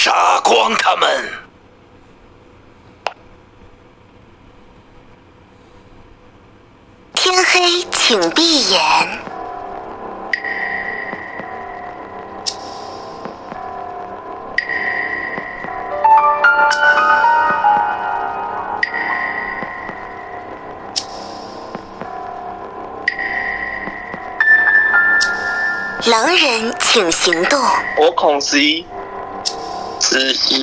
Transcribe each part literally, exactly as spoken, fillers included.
杀光他们！ 天黑，请闭眼。狼人请行动。 我恐十一，十一，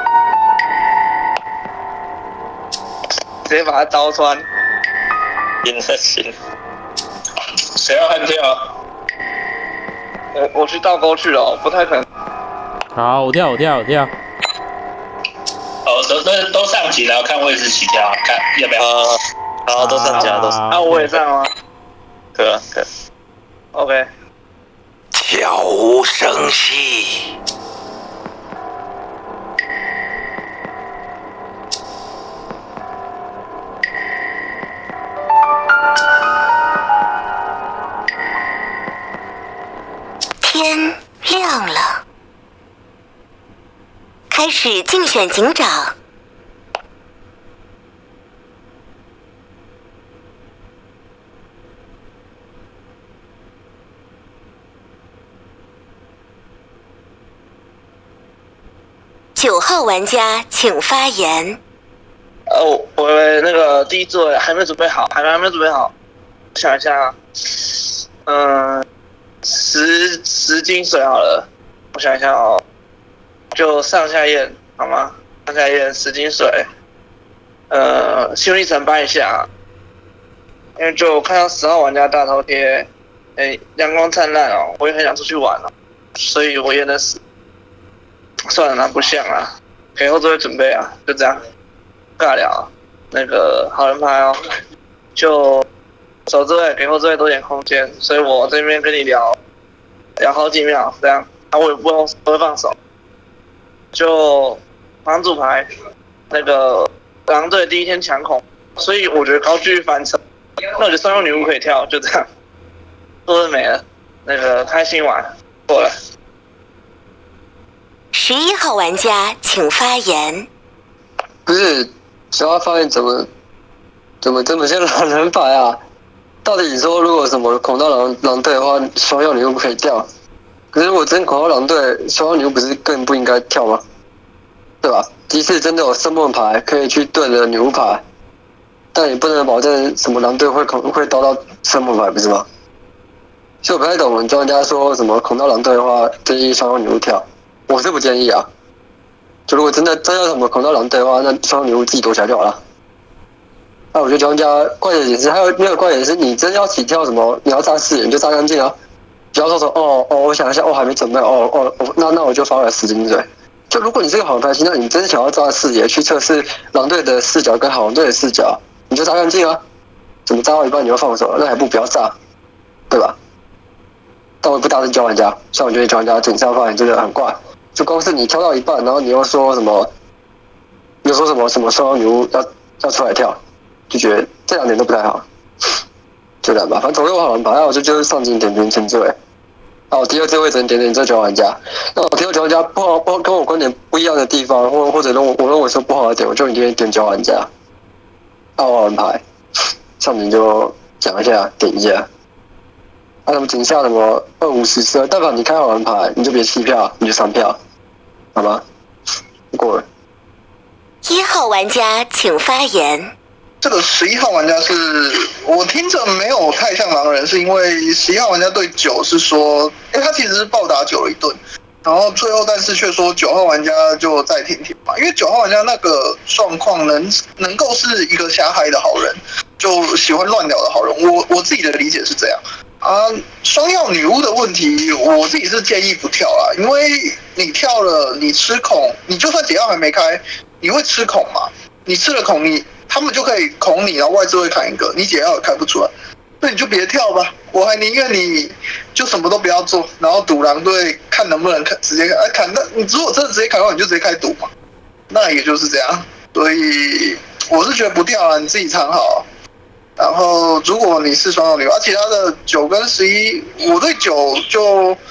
直接把他刀穿，赢了行。谁要悍跳？我我去倒钩去了，我不太可能。 好，我跳，我跳，我跳。 哦，都都都上级了，看位置起跳，看要不要？ 呃，好，都上架，都上。啊，我也上吗？可啊可。OK。 悄无声息。 天亮了，开始竞选警长。九号玩家请发言。 哦，我那个第一座还没准备好，还没还没准备好。我想一下，嗯、呃，十十斤水好了。我想一下哦，就上下验好吗？上下验十斤水，呃，幸运历程搬一下，因为就看到十号玩家大头贴，哎，阳光灿烂哦，我也很想出去玩哦，所以我验的是，算了啦，不像啦，给后座位准备啊，就这样，尬聊。那个好人牌哦，就守座位给后座位多点空间，所以我这边跟你聊聊好几秒，这样，啊，我也不用不会放手，就房主牌，那个狼队第一天抢孔，所以我觉得高居翻车，那我觉得双用女巫可以跳，就这样，做的没了，那个开心玩，过了。 十一号玩家请发言。 不是，十号发言怎么怎么这么像狼人牌啊？到底说如果什么恐到狼狼队的话，双药女巫不可以跳？可是如果真恐到狼队，双药女巫不是更不应该跳吗？对吧？即使真的有圣梦牌可以去对了女巫牌，但也不能保证什么狼队会恐会刀到圣梦牌，不是吗？所以我不太懂人专家说什么恐到狼队的话，建议双药女巫跳，我是不建议啊。就如果真的真要什么恐到狼队的话，那双药女巫自己躲起来就好了。那我觉得庄家怪点也是，还有那个怪点是你真要起跳什么，你要炸视野你就炸干净啊，不要说说哦哦，我想一下，哦还没准备，哦哦哦，那那我就发了十金对。就如果你是个好开心，那你真想要炸视野去测试狼队的视角跟好狼队的视角，你就炸干净啊，怎么炸到一半你就放手了，那还不不要炸，对吧？但我不打算教玩家，像我觉得教玩家整上发言真的很怪，就光是你跳到一半，然后你又说什么，你又说什么什么双妖女巫要要出来跳。就觉得这两点都不太好，就这样吧。反正左右好人牌，那我就就是上镜点评前置位。那我第二次位只能点点这九玩家。那我第二九玩家不好不好跟我观点不一样的地方，或或者认我我认为说不好的点，我就一定会点九玩家。二好人牌，上面就讲一下，点一下。那什么井下什么二五十四，但凡你开好人牌，你就别弃票，你就上票，好吗？过了。 一号玩家请发言。 这个十一号玩家是我听着没有太像狼人，是因为十一号玩家对九是说，因为他其实是暴打九了一顿，然后最后但是却说九号玩家就再听听吧，因为九号玩家那个状况能能够是一个瞎嗨的好人，就喜欢乱聊的好人，我我自己的理解是这样。啊，双药女巫的问题，我自己是建议不跳啦，因为你跳了，你吃孔，你就算解药还没开，你会吃孔嘛？你吃了孔，你他们就可以孔你，然后外置会砍一个，你解药也开不出来，那你就别跳吧。我还宁愿你就什么都不要做，然后赌狼队看能不能看直接砍，砍那你如果真的直接砍的话，你就直接开赌嘛，那也就是这样。所以我是觉得不跳啊，你自己藏好。然后，如果你是双药女，而其他的九跟十一，我对九就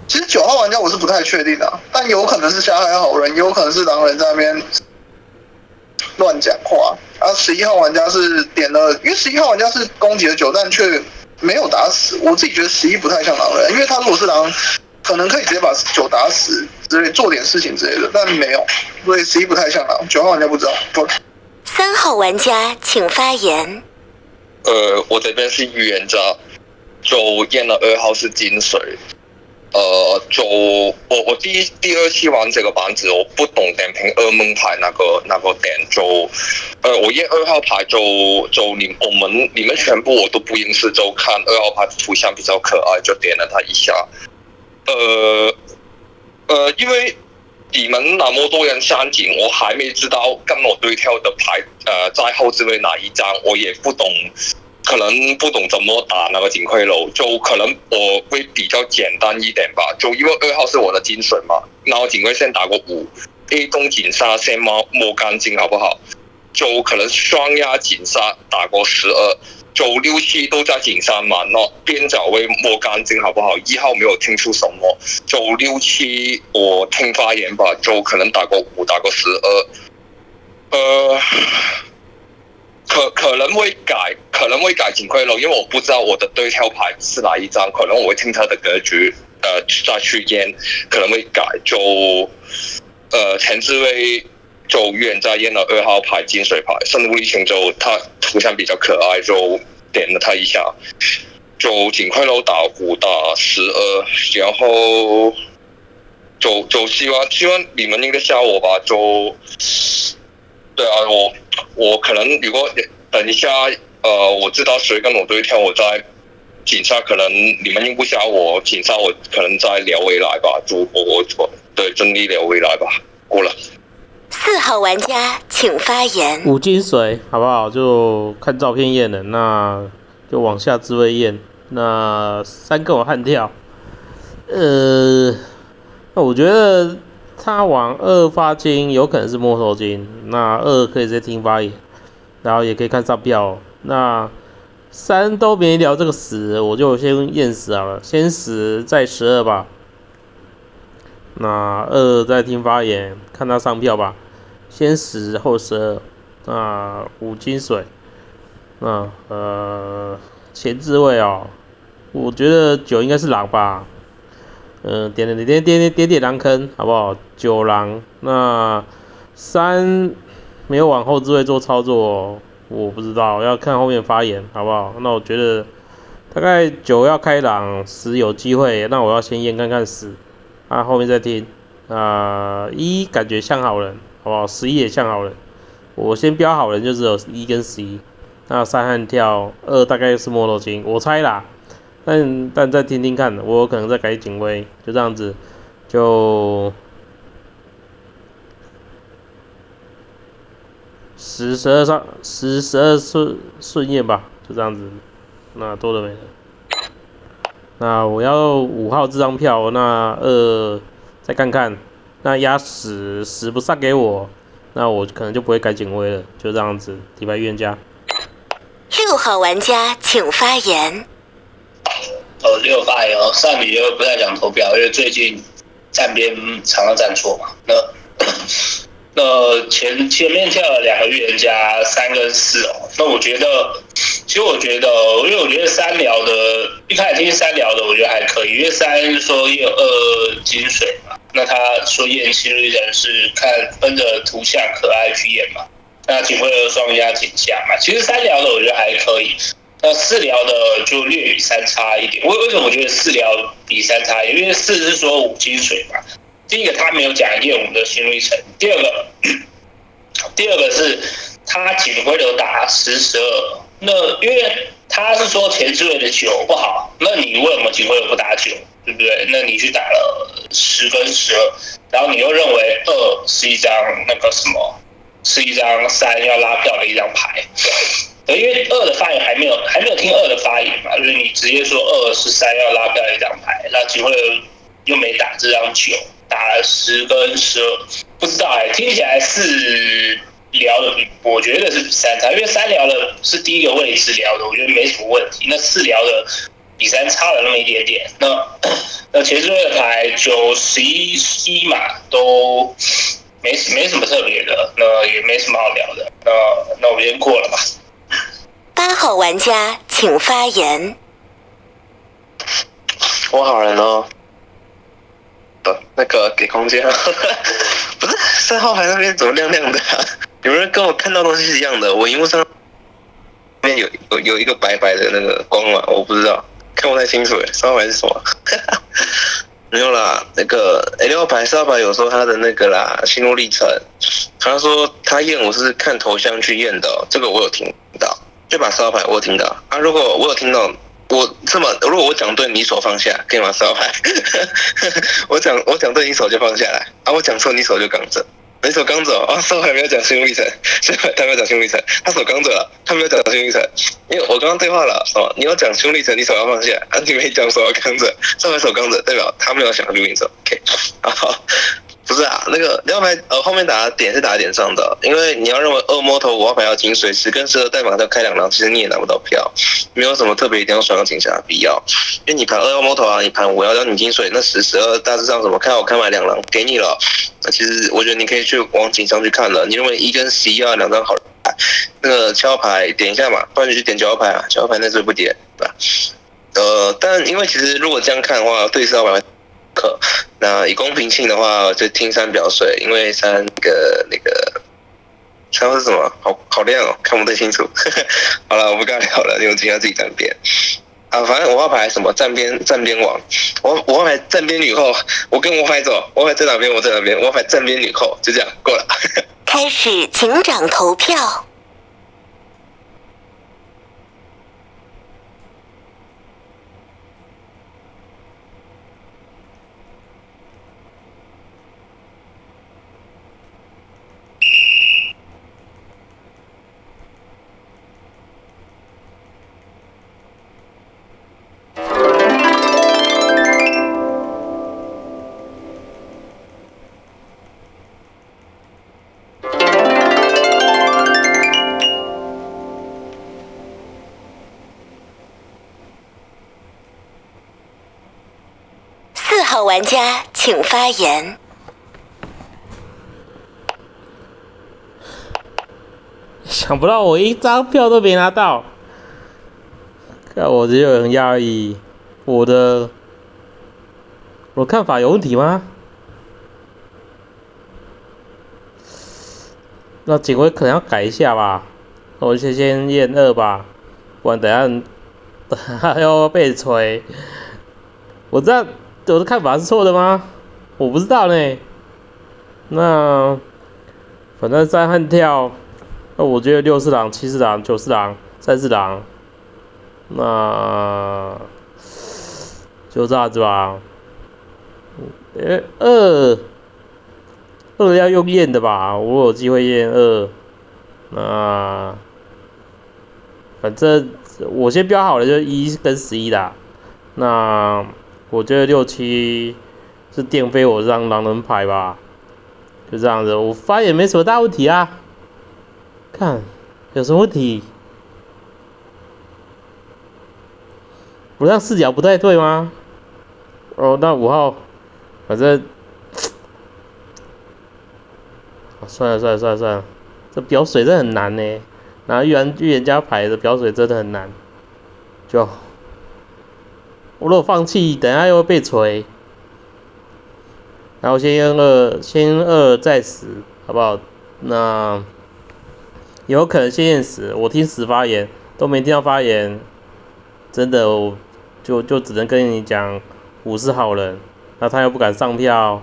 其实九号玩家我是不太确定的、啊，但有可能是瞎害好人，也有可能是狼人在那边乱讲话。然后十一号玩家是点了，因为十一号玩家是攻击了九，但却没有打死。我自己觉得十一不太像狼人，因为他如果是狼，可能可以直接把九打死之类，做点事情之类的，但没有，所以十一不太像狼。九号玩家不知道。不三号玩家请发言。 呃，我这边是预言家，就验了二号是金水。呃，就我我第一第二期玩这个板子，我不懂点评噩梦牌那个那个点，就呃我验二号牌就就你我们你们全部我都不认识，就看二号牌图像比较可爱，就点了他一下。呃呃，因为你们那么多人删井，我还没知道跟我对跳的牌呃在后置位哪一张，我也不懂。可能不懂怎么打那个警徽楼，就可能我会比较简单一点吧。就因为二号是我的金水嘛，然后警徽先打个五 ，A 中警杀先摸摸干净好不好？就可能双压警杀打个十二，就六七都在警杀嘛，那边角位摸干净好不好？一号没有听出什么，就六七我听发言吧，就可能打个五，打个十二，呃。可可能会改，可能会改警徽楼，因为我不知道我的对跳牌是哪一张，可能我会听他的格局，呃，再去验，可能会改。就呃，前置位就预言家验了二号牌金水牌，圣物力群就他图像比较可爱，就点了他一下，就警徽楼打五打十二，然后就就希望希望你们应该下我吧，就。对啊，我我可能如果等一下，呃，我知道谁跟我对跳，我在警察可能你们用不下我，警察我可能再聊回来吧，就我我我对尽力聊回来吧，过了。 四号玩家请发言。 五金水好不好？就看照片验了，那就往下自位验。那三个我悍跳，呃，那我觉得。他往二发金有可能是摸头金，那二可以直接听发言，然后也可以看上票。那三都没聊这个十，我就先验十好了，先十再十二吧。那二再听发言，看他上票吧，先十后十二。那五金水，那呃前置位哦，我觉得九应该是狼吧。嗯、呃，点点点点点点点狼坑，好不好？九狼，那三没有往后置位做操作、哦，我不知道，要看后面发言，好不好？那我觉得大概九要开狼，十有机会，那我要先验看看十，啊，后面再听。啊、呃，一感觉像好人，好不好？十一也像好人，我先标好人就只有一跟十一，那三悍跳，二大概是摸头金，我猜啦。但但再听听看，我有可能再改警徽，就这样子，就十十二上十十二顺顺验吧，就这样子。那多了没了？那我要五号这张票，那二再看看，那压十十不上给我，那我可能就不会改警徽了，就这样子。底牌预言家。 六号玩家请发言。 呃，六发言哦，上米就不太想投票，因为最近站边常常站错嘛。那那前前面跳了两个预言家，三跟四哦。那我觉得，其实我觉得，因为我觉得三聊的，一开始听三聊的，我觉得还可以，因为三说也有二金水嘛，那他说验七律人是看分着图像可爱去验嘛，那警徽二双压警下嘛，其实三聊的我觉得还可以。那四聊的就略与三差一点，为为什么我觉得四聊比三差一点？因为四是说五金水嘛，第一个他没有讲验我们的心路历程，第二个，第二个是他警徽流打十十二，那因为他是说前置位的九不好，那你为什么警徽流不打九，对不对？那你去打了十跟十二，然后你又认为二是一张那个什么，是一张三要拉票的一张牌。因为二的发言还没有还没有听二的发言嘛，就是你直接说二是三要拉票一张牌，那警徽又没打这张九，打了十跟十二，不知道哎、欸，听起来是聊的，我觉得是三差，因为三聊的是第一个位置聊的，我觉得没什么问题。那四聊的比三差了那么一点点。那那前置位的牌九十一一码都没没什么特别的，那也没什么好聊的。那那我们先过了吧。 八号玩家请发言。 我好人哦。不，那个给空间啊。不是三号牌那边怎么亮亮的、啊？有人跟我看到东西是一样的，我荧幕上面有有有一个白白的那个光嘛，我不知道，看不太清楚诶，三号牌是什么？没有啦，那个 A 六牌、四号牌有说他的那个啦，心路历程。他说他验我是看头像去验的、哦，这个我有听到。这把四号牌我有听到啊，如果我有听到，我这么如果我讲对，你手放下，可以吗？四号牌，我讲我讲对，你手就放下来啊，我讲错，你手就刚着。你手刚着啊，四号牌没有讲心路历程，四号牌他没有讲心路历程，他手刚着了，他没有讲心路历程，因为我刚刚对话了，哦，你要讲心路历程，你手要放下，啊，你没讲手要刚着，四号牌手刚着，代表他没有想录音手 ，OK， 好。不是啊，那个六号牌呃后面打的点是打点上的，因为你要认为二摸头五号牌要金水，十跟十二代码要开两张，其实你也拿不到票，没有什么特别一定要双警侠的必要，因为你盘二要摸头啊，你盘五要要你金水，那十十二大致上什么开好开买两狼给你了，那其实我觉得你可以去往警上去看了，你认为一跟十一要两张好牌，那个七号牌点一下嘛，不然你去点九号牌啊，九号牌那最不点，对吧？呃，但因为其实如果这样看的话，对四号牌。那以公平性的话，就听三表水，因为三个那个三是什么？好好亮哦，看不太清楚。好了，我不跟他聊了，因为我今天要自己站边。啊，反正五号牌什么站边站边王，我五号牌站边女后，我跟五号牌走，五号牌在哪边我在哪边，五号牌站边女后，就这样够了。 开始警长投票。四号玩家请发言。 想不到我一张票都没拿到，看我只有很压抑。我的我看法有问题吗？那警徽可能要改一下吧。我先先验二吧，不然等下等下要被锤。我这样我的看法是错的吗？我不知道呢。那反正三和跳，那我觉得六四郎、七四郎、九四郎、三四郎，那就这样子吧。呃，二二要用验的吧？我有机会验二。那反正我先标好了，就是一跟十一啦。那我觉得六七是电飞我这张狼人牌吧，就这样子。我发现没什么大问题啊。看有什么问题？我这样视角不太对吗？哦，那五号，反正，算了算了算了算了，这表水真的很难呢。拿预言预言家牌的表水真的很难。就我如果放弃，等下又会被锤。然后先验二，先验二再十，好不好？那有可能先验十，我听十发言都没听到发言，真的我就就只能跟你讲五是好人，那他又不敢上票，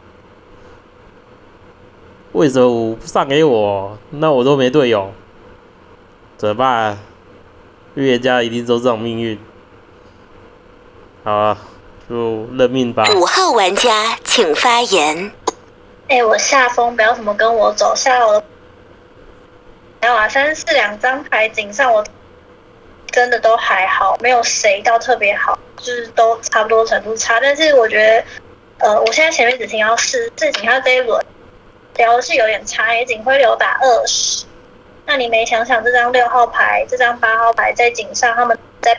为什么五不上给我？那我都没队友，怎么办？预言家一定都这种命运。好啊，就认命吧。 五号玩家请发言。 哎、欸，我下风不要什么跟我走，下我的没有啊，三四两张牌井上我真的都还好，没有谁到特别好，就是都差不多程度差。但是我觉得，呃，我现在前面只听到四四井，他这一轮聊的是有点差，也警徽流打二十。那你没想想这张六号牌，这张八号牌在井上，他们在帮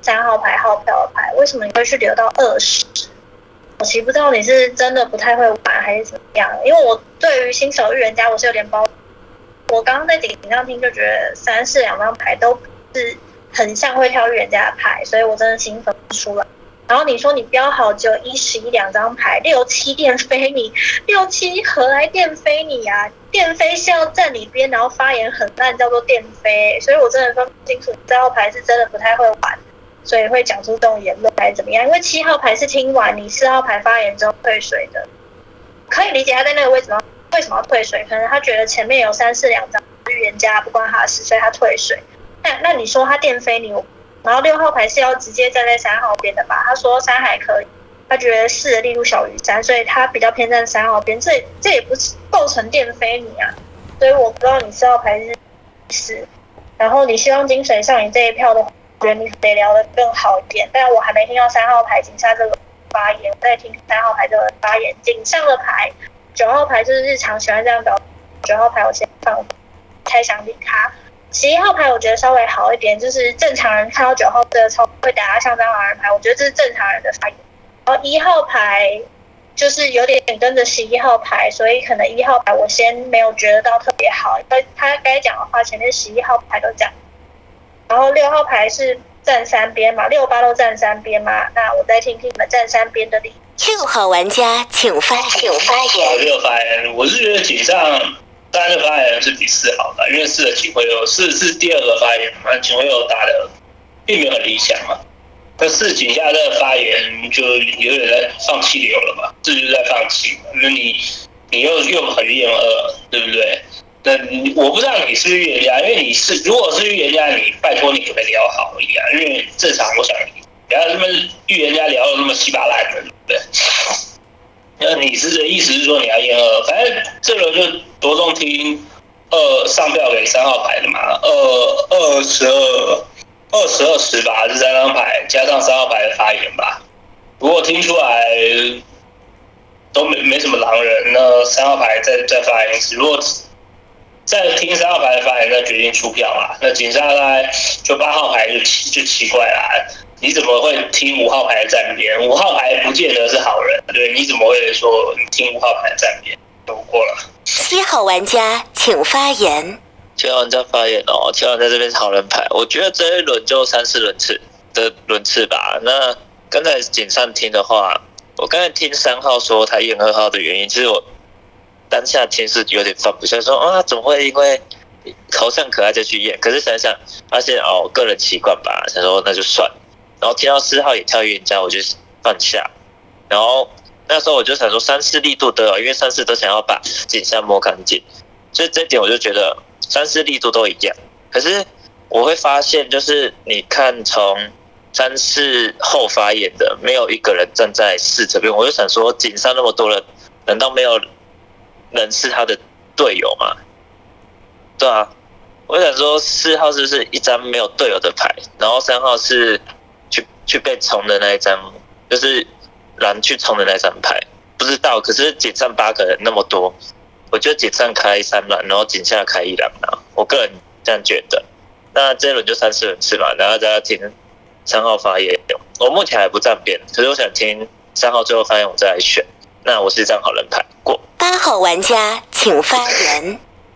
三号牌号票的牌，为什么你会去留到二十？我其实不知道你是真的不太会玩还是怎么样，因为我对于新手预言家我是有点包。我刚刚在顶上听就觉得三四两张牌都不是很像会挑预言家的牌，所以我真的兴奋不出来。然后你说你标好只有一十一两张牌，六七电飞你，六七何来电飞你啊？电飞是要站你边，然后发言很烂，叫做电飞。所以我真的分不清楚这号牌是真的不太会玩，所以会讲出这种言论还是怎么样？因为七号牌是听完你四号牌发言之后退水的，可以理解他在那个位置吗？为什么要退水？可能他觉得前面有三四两张预言家不关他的事，所以他退水。那那你说他电飞你，然后六号牌是要直接站在三号边的吧？他说三还可以，他觉得四的力度小于三，所以他比较偏站三号边。这这也不是构成电飞你啊，所以我不知道你四号牌是是。然后你希望金水上你这一票的话，我觉得你得聊得更好一点。但我还没听到三号牌井下这个发言，我在听三号牌这个发言。井上的牌。九号牌就是日常喜欢这样表，九号牌我先放，太想理他。十一号牌我觉得稍微好一点，就是正常人看到九号这个超会打他像张狼人牌，我觉得这是正常人的发言。然后一号牌就是有点跟着十一号牌，所以可能一号牌我先没有觉得到特别好，因为他该讲的话前面十一号牌都讲。然后六号牌是站三边嘛，六八都站三边嘛，那我再听听你们站三边的理由。 六号玩家请发请发言。 六发言，我是觉得井上三的发言是比四好的，因为四的警徽流四是第二个发言嘛，警徽流打的并没有很理想嘛。那四井下这个发言就有点在放弃流了嘛，这就是在放弃嘛。那你你又又很验二，对不对？那我不知道你是预言家，因为你是如果是预言家，你拜托你可不可以聊好一点啊？因为正常我想不要他们预言家聊的那么稀巴烂的，对不对？那你是的意思是说你要验二，反正这轮就着重听二上票给三号牌的嘛，二二十二二十二十吧，这三张牌加上三号牌的发言吧。如果听出来都没没什么狼人，那三号牌再再发言一次。如果再听三号牌的发言，再决定出票嘛。那紧下来就八号牌就奇就奇怪啦，你怎么会听五号牌的站边？五号牌不见得是好人，对？你怎么会说你听五号牌的站边？都过了。 七号玩家请发言。 七号玩家发言哦，七号在这边是好人牌，我觉得这一轮就三四轮次的轮次吧。那刚才井上听的话，我刚才听三号说他验二号的原因，其实我当下听是有点放不下，说啊怎么会因为头像可爱就去验？可是想想发现哦个人习惯吧，想说那就算。然后听到四号也跳预言家，我就放下。然后那时候我就想说三四力度都有，因为三四都想要把井下摸干净，所以这一点我就觉得三四力度都一样。可是我会发现，就是你看从三四后发言的，没有一个人站在四这边，我就想说井上那么多人，难道没有人是他的队友吗？对啊，我想说四号是不是一张没有队友的牌，然后三号是去去被冲的那一张，就是蓝去冲的那张牌，不知道。可是井上八个人那么多，我觉得井上开三蓝，然后井下开一蓝啊，我个人这样觉得。那这一轮就三四轮次嘛，然后大家听三号发言，我目前还不站边，可是我想听三号最后发言，我再来选。那我是这张好人牌过。 八号玩家请发言。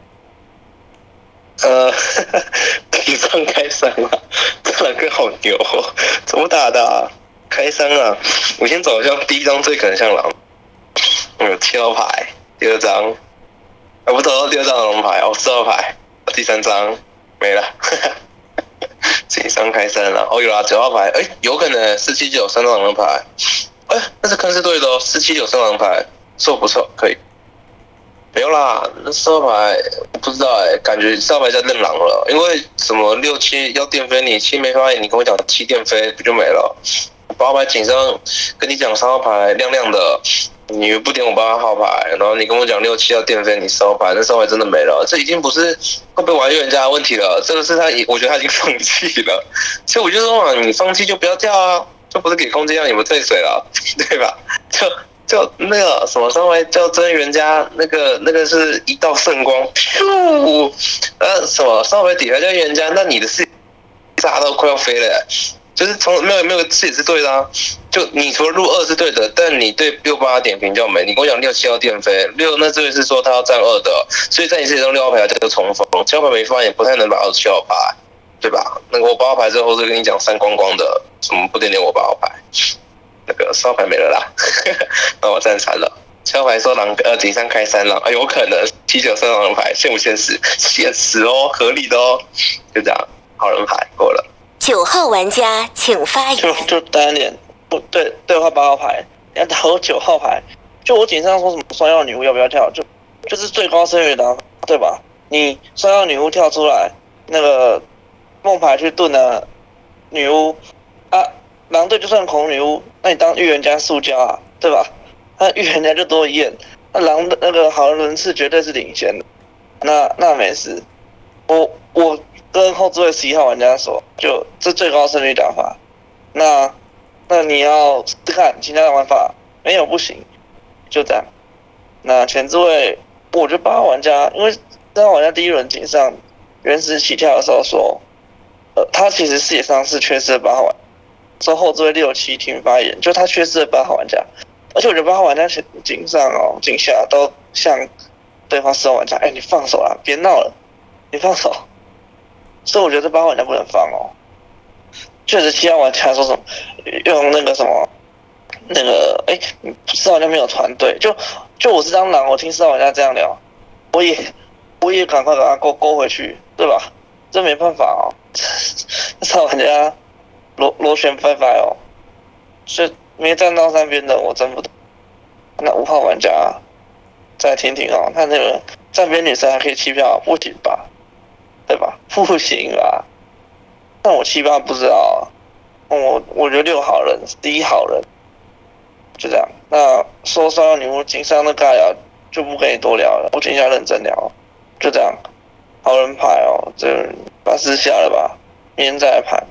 呃，提上开三了，这两个好牛哦，怎么打的、啊？开三啊！我先走向第一张最可能像狼，嗯，七号牌，第二张，啊，我走到第二张的龙牌，哦，四号牌，第三张没了，这一张开三了，哦有啦，九号牌，哎、欸，有可能四七九三张狼牌，哎、欸，那是坑是对的哦，四七九三狼牌，不错不错，可以。没有啦，那四号牌不知道哎、欸，感觉四号牌在认狼了，因为什么六七要电飞你，七没发言，你跟我讲七电飞不就没了？八号牌井上跟你讲三号牌亮亮的，你不点我八号牌，然后你跟我讲六七要电飞你四号牌，那四号牌真的没了，这已经不是会不会玩预言家的问题了，这个是他，我觉得他已经放弃了，所以我就说嘛，你放弃就不要跳啊，就不是给空间让你们退水了，对吧？就。就那个什么稍微叫真预言家，那个那个是一道圣光，噗，呃什么稍微底下叫预言家，那你的是炸到快要飞了， 就是从没有没有字也是对的啊。就你除了入二是对的，但你对六八点评较没。你跟我讲六七号电飞六，那这个是说他要占二的，所以在你世界中六号牌就重逢，七号牌没发言不太能把二十七号牌，对吧？那个我八号牌之后是跟你讲三光光的，什么不点点我八号牌，那个四号牌没了啦，那我占三了。七号牌说狼呃井上开三狼，啊有可能七九三狼牌，现不现实？现实哦，合理的哦，就这样，好人牌过了。 九号玩家请发言。 就就单点，不对对话八号牌，要打我九号牌。就我井上说什么双药女巫要不要跳，就就是最高胜率的，对吧？你双药女巫跳出来，那个梦牌去盾了女巫啊，狼队就算恐女巫，那你当预言家塑胶啊，对吧？那预言家就多一眼，那狼的那个好人轮次绝对是领先的，那那没事。我我跟后置位十一号玩家说，就这最高胜率打法，那那你要试看其他的玩法，没有不行，就这样。那前置位，我觉得八号玩家，因为三号玩家第一轮井上原始起跳的时候说，呃，他其实视野上是缺失的八号玩家，说后置位六七听发言，就他缺失的八号玩家，而且我觉得八号玩家井上哦、井下都像对方四号玩家，哎，你放手啦，别闹了。你放手，所以我觉得八号玩家不能放哦。确实，七号玩家说什么用那个什么那个，哎，四号玩家没有团队，就就我是当狼，我听四号玩家这样聊，我也我也赶快把他勾勾回去，对吧？这没办法哦，四号玩家螺螺旋拜拜哦，是没站到三边的，我真不懂。那五号玩家再听听哦，他那个站边女生还可以弃票，不行吧？对吧？不行吧？那我七八不知道、啊，我我觉得六好人，第一好人，就这样。那说双药女巫井上的尬聊就不跟你多聊了，我请一下认真聊，就这样。好人牌哦，这把私下了吧，明天再来盘。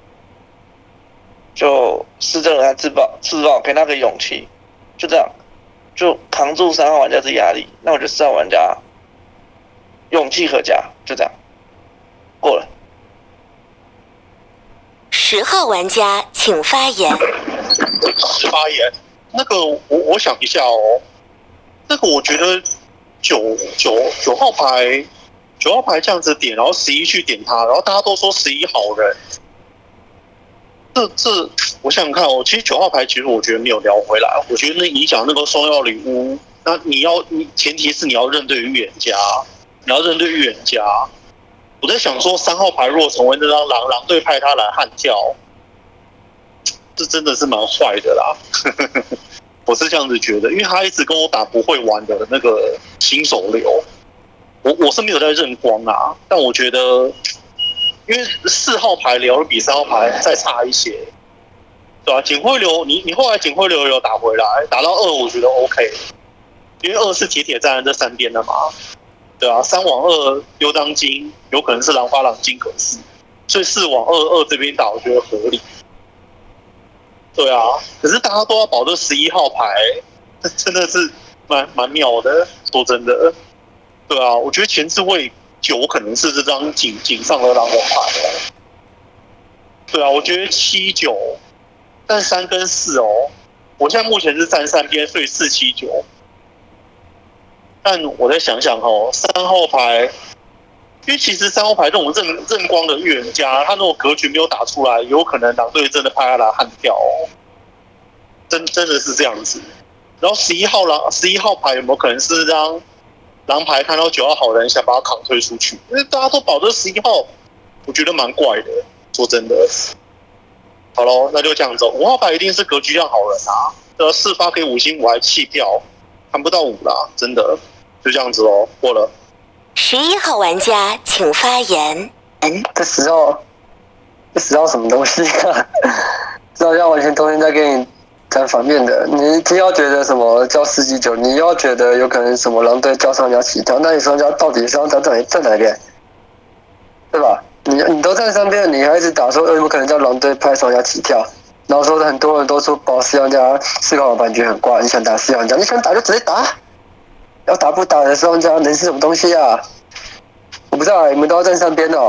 就市政人自爆自爆，给他个勇气，就这样，就扛住三号玩家的压力。那我觉得四号玩家勇气可嘉，就这样。过了。 十号玩家请发言。 十发言，那个我我想一下哦，那个我觉得九九九号牌九号牌这样子点，然后十一去点他，然后大家都说十一好人，这这我想想看哦，其实九号牌其实我觉得没有聊回来，我觉得那你讲那个双药女巫，那你要你前提是你要认对预言家，你要认对预言家。我在想说，三号牌如果成为那张狼，狼队派他来悍跳，这真的是蛮坏的啦。我是这样子觉得，因为他一直跟我打不会玩的那个新手流，我我是没有在认光啊，但我觉得，因为四号牌聊比三号牌再差一些，对吧、啊？警徽流，你你后来警徽流有打回来，打到二，我觉得 OK， 因为二是铁铁站在这三边的嘛。对啊，三往二丢当金，有可能是狼发狼金可是，所以四往二二这边打，我觉得合理。对啊，可是大家都要保这十一号牌，真的是蛮蛮妙的。说真的，对啊，我觉得前置位九可能是这张井井上的狼人牌。对啊，我觉得七九，但三跟四哦，我现在目前是站三边，所以四七九。但我再想想哦，三号牌，因为其实三号牌这种认认光的预言家，他那种格局没有打出来，有可能狼队真的派他来悍跳哦，真真的是这样子。然后十一号狼，十一号牌有没有可能是让狼牌看到九号好人想把他扛推出去？因为大家都保这十一号，我觉得蛮怪的。说真的，好咯，那就这样走。五号牌一定是格局上好人啊，呃，四发给五星，我还弃票，看不到五啦，真的。就这样子哦，过了。 十一号玩家请发言。 嗯，这十号，这十号什么东西啊？这好像完全同时在跟你讲反面的。你既要觉得什么叫四七九，你又要觉得有可能什么狼队叫上家起跳，那你双家到底是要站在站哪边？对吧？你你都站三边，你还一直打说有没有可能叫狼队派双家起跳？然后说很多人都说保四号家四号感觉很怪，你想打四号家，你想打就直接打。要打不打的时候，这样人是什么东西啊？我不知道，你们都要站上边哦。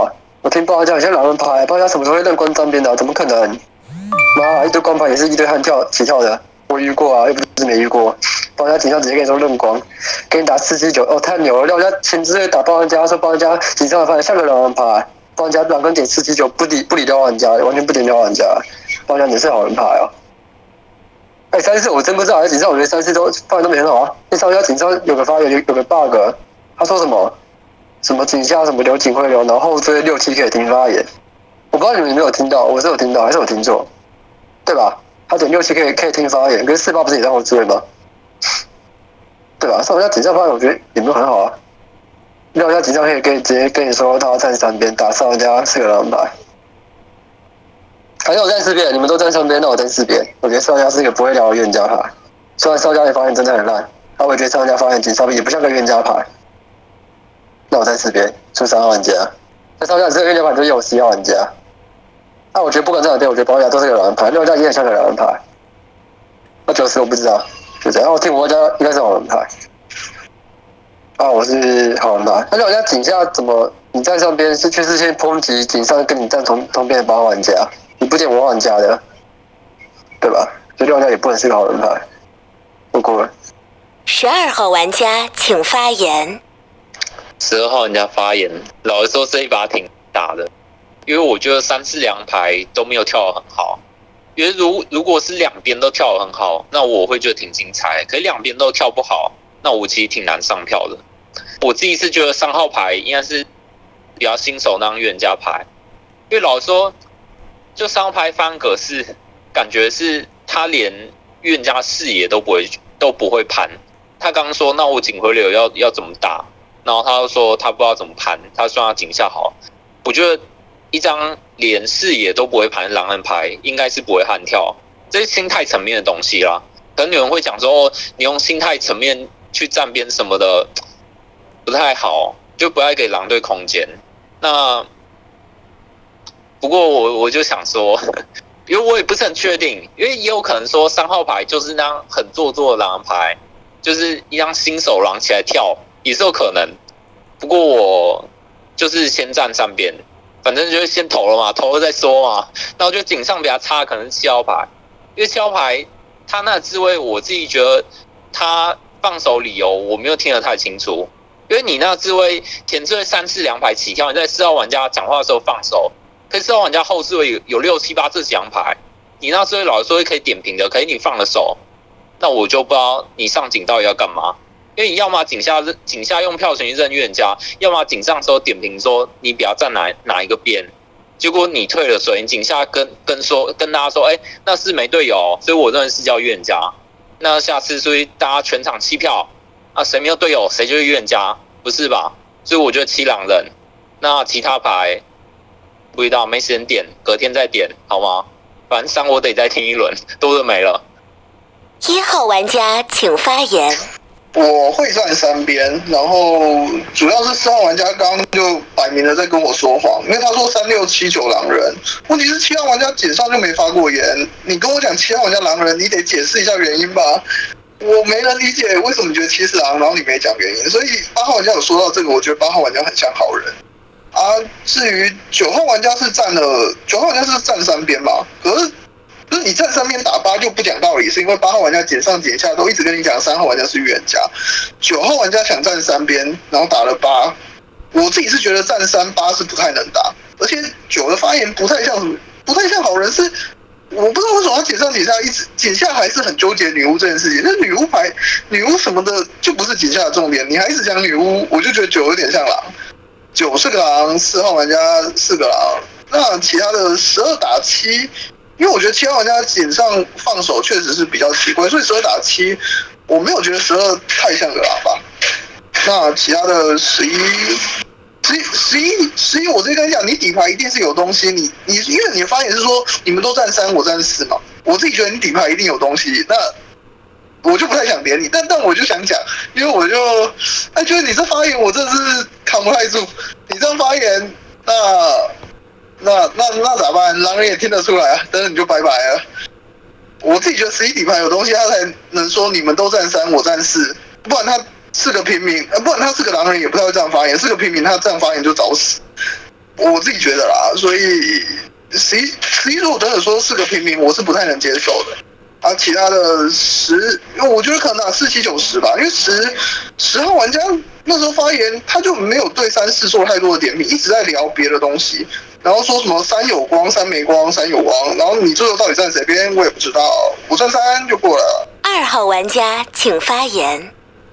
我听包家很像狼人牌，包家什么时候会认官站边的、啊？怎么可能？妈，一堆官牌也是一堆悍跳起跳的，我遇过啊，又不是没遇过。包家警上直接跟你说认光，给你打四七九，哦，太牛了！廖家前置位打包玩家，说包家警上的牌像个狼人牌，包玩家狼跟点四七九，不理不理廖玩家，完全不点廖玩家，包家你是好人牌哦。哎、欸，三四我真不知道，在警上我觉得三四都发言都没很好啊。那上家警上有个发言有有个 bug， 他说什么什么警下什么留警会留，然后后追六七可以听发言。我不知道你们有没有听到，我是有听到还是有听错，对吧？他点六七可以可以听发言，可是四八不是也在后追吗？对吧？上家警上发言我觉得也没有很好啊。廖家警上可以可以直接跟你说他要站三边，打上家是个狼牌。还是我站四边，你们都站三边，那我站四边。我觉得上家是一个不会聊的预言家牌，虽然上家的发言真的很烂，但我也觉得上家发言警上面也不像个预言家牌。那我站四边，出三号玩家。那上家这个预言家牌就是有十号玩家。那我觉得不管站哪边，我觉得包家都是个狼人牌，廖家也很像个狼人牌。那九十我不知道，就这样。我听我家应该是好人牌。啊，我是好人牌。那廖家警下怎么？你站上边是确实先抨击警上跟你站同同边的八号玩家，你不点我玩家的，对吧？所以廖家也不能是个好人牌。我过了。 十二号玩家请发言。 十二号玩家发言，老实说这一把挺大的，因为我觉得三四两排都没有跳得很好。因为如如果是两边都跳得很好，那我会觉得挺精彩。可是两边都跳不好，那我其实挺难上票的。我自己是觉得三号牌应该是比较新手当预言家牌，因为老实说，就三号牌方格是感觉是他连预言家视野都不会都不会盘。他刚刚说那我警回流要要怎么打，然后他又说他不知道怎么盘，他说他警下好。我觉得一张连视野都不会盘的狼人牌应该是不会悍跳，这是心态层面的东西啦。可能有人会讲说，哦，你用心态层面去站边什么的不太好，就不要给狼队空间。那不过我我就想说，因为我也不是很确定，因为也有可能说三号牌就是那样很做作的狼人牌，就是一张新手狼起来跳也是有可能。不过我就是先站上边，反正就是先投了嘛，投了再说嘛。那我觉得警上比较差，可能是七号牌，因为七号牌他那个智慧，我自己觉得他放手理由我没有听得太清楚。因为你那个智慧前置位三四两排起跳，你在四号玩家讲话的时候放手，可是四号玩家后置位有有六七八这几张牌，你那智慧老实说可以点评的，可是你放了手，那我就不知道你上警到底要干嘛。因为你要么警下警下用票权去认预言家，要么警上时候点评说你比较站哪哪一个边，结果你退了水，你警下跟跟说跟大家说，哎、欸，那是没队友，所以我认为是叫预言家。那下次所以大家全场弃票。啊，谁没有队友，谁就是预言家，不是吧？所以我觉得七狼人，那其他牌不知道，没时间点，隔天再点好吗？反正三我得再听一轮，多的没了。 一号玩家请发言。 我会站三边，然后主要是四号玩家刚刚就摆明了在跟我说谎，因为他说三六七九狼人，问题是七号玩家简上就没发过言，你跟我讲七号玩家狼人，你得解释一下原因吧。我没能理解为什么你觉得七是狼，然后你没讲原因，所以八号玩家有说到这个，我觉得八号玩家很像好人啊。至于九号玩家是站了，九号玩家是站三边嘛，可是就是你站三边打八就不讲道理，是因为八号玩家减上减下都一直跟你讲三号玩家是预言家，九号玩家想站三边，然后打了八，我自己是觉得站三八是不太能打，而且九的发言不太像什么，不太像好人是。我不知道为什么他解上解下一直解下还是很纠结女巫这件事情。那女巫牌、女巫什么的就不是解下的重点，你还一直讲女巫，我就觉得九有点像狼。九是个狼，四号玩家是个狼，那其他的十二打七，因为我觉得七号玩家解上放手确实是比较奇怪，所以十二打七，我没有觉得十二太像个狼吧。那其他的十一。十十一十一，我直接跟你讲，你底牌一定是有东西。你你因为你的发言是说你们都站三，我站四嘛，我自己觉得你底牌一定有东西。那我就不太想点你，但但我就想讲，因为我就哎觉得你这发言我真的是扛不太住。你这样发言，那那那那咋办？狼人也听得出来啊，但是你就拜拜了。我自己觉得十一底牌有东西，他才能说你们都站三，我站四，不然他。是个平民，呃，不然他是个狼人，也不太会这样发言。是个平民，他这样发言就找死。 我自己觉得啦，所以十一十一如果真的说是个平民，我是不太能接受的。啊，其他的十，因为我觉得可能打四七九十吧，因为十十号玩家那时候发言，他就没有对三四做太多的点评，一直在聊别的东西，然后说什么三有光、三没光、三有光，然后你最后到底站谁边，我也不知道，我站三就过了。 二号玩家请发言。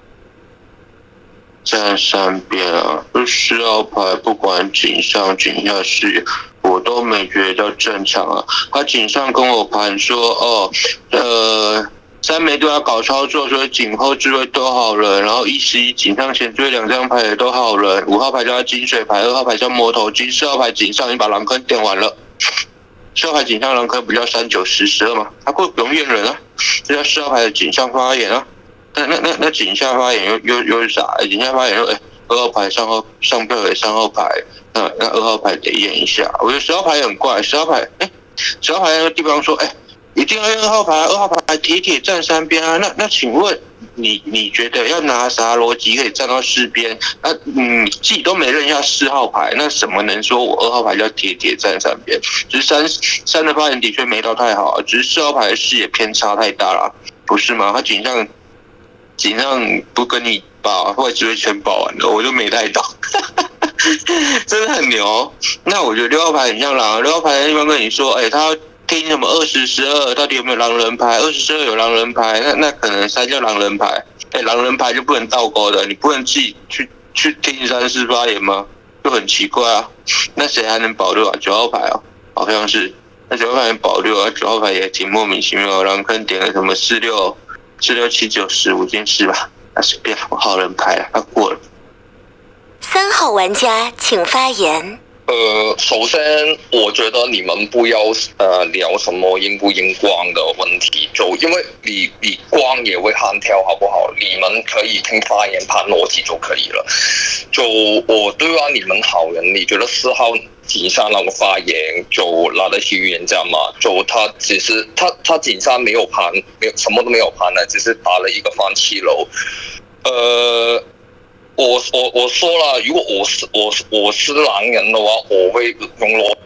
站三边啊，就四号牌不管井上井下视野，我都没觉得正常啊。他井上跟我盘说，哦，呃，三枚对他搞操作，所以井后置位都好人，然后一十一井上前缀两张牌也都好人，五号牌叫金水牌，二号牌叫魔头金，四号牌井上你把狼坑点完了。四号牌井上狼坑不叫三九十十二吗？他不不用验人啊，这叫四号牌的井上发言啊。那那那那井下发言又又又是啥？井下发言又哎，二号牌上号上票给三号牌，那那二号牌得验一下。我觉得十号牌很怪，十号牌哎，十号牌那个地方说哎，一定要验二号牌，二号牌铁铁站三边啊。那那请问你你觉得要拿啥逻辑可以站到四边？那嗯自己都没认一下四号牌，那怎么能说我二号牌叫铁铁站三边？只是三三的发言的确没到太好，只是四号牌的视野偏差太大了，不是吗？他井上。井上不跟你保，或者只会全保完了，我就没带到，真的很牛。那我觉得六号牌很像狼，六号牌的地方跟你说，哎、欸，他要听什么二十十二，到底有没有狼人牌？二十十二有狼人牌，那那可能三叫狼人牌，哎、欸，狼人牌就不能倒钩的，你不能自己去去听三四发言吗？就很奇怪啊。那谁还能保六啊？九号牌哦，好像是。那九号牌保六啊，九号牌也挺莫名其妙，狼坑点了什么四六。四六七九十五件事吧，那随便我好人牌了，他过了。 三号玩家请发言。 呃，首先我觉得你们不要呃聊什么荧不荧光的问题，就因为你你光也会hand跳，好不好？你们可以听发言盘逻辑就可以了。就我对啊，你们好人，你觉得四号井上那个发言就拿得起预言家嘛？就他只是他他井上没有盘，没有什么都没有盘的，只是打了一个放弃楼。呃，我我我说了，如果我是我我是狼人的话，我会用逻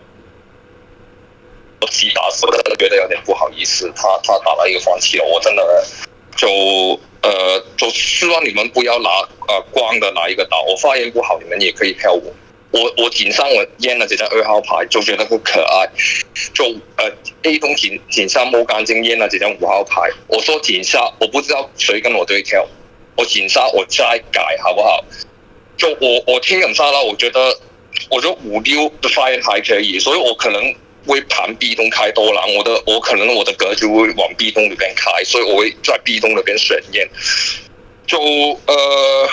辑打死，我真的觉得有点不好意思。他他打了一个放弃楼，我真的就呃就希望你们不要拿呃光的拿一个打，我发言不好，你们也可以票我。我我井上我验了这张二号牌，就觉得不可爱。就呃 A 东井井上摸干净验了这张五号牌，我说井下我不知道谁跟我对跳，我井下我再改好不好？就我我听人杀了，我觉得我觉得五六的发言还可以，所以我可能会盘 B 东开多狼，我的我可能我的格局会往 B 东那边开，所以我会在 B 东那边选验。就呃。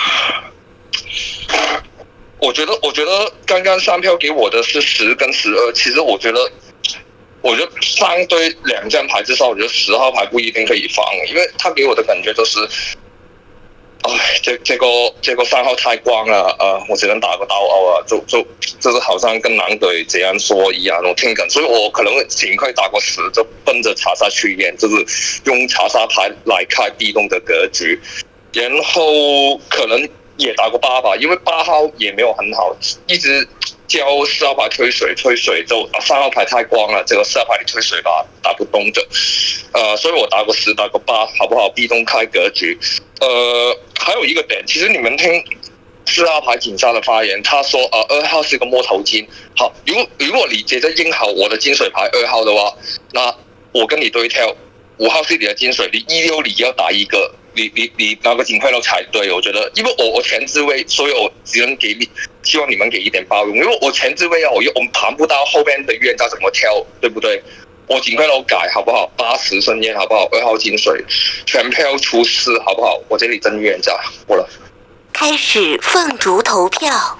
我觉得，我觉得刚刚上票给我的是十跟十二。其实我觉得，我觉得相对两张牌至少，我觉得十号牌不一定可以放，因为他给我的感觉就是，哎，这这个这个三号太光了，呃，我只能打个刀凹啊，就就就是好像跟狼队这样说一样，我听梗，所以我可能会尽快打个十，就奔着查杀去验，就是用查杀牌来开B动的格局，然后可能。也打过八吧，因为八号也没有很好，一直教四号牌推水推水，就啊三号牌太光了，这个四号牌你推水吧打不动的，呃，所以我打个十打个八，好不好？逼动开格局，呃，还有一个点，其实你们听四号牌井上的发言，他说呃二号是个摸头金，好，如果如果你接着印好我的金水牌二号的话，那我跟你对跳，五号是你的金水，你一六你要打一个。你你你那个尽快都才对，我觉得，因为我我前置位，所以我只能给你，希望你们给一点包容，因为我前置位啊，我又我们盘不到后边的预言家怎么挑，对不对？我尽快都改好不好？八十顺验好不好？二号金水，全票出四好不好？我这里真预言家过了。 开始放逐投票。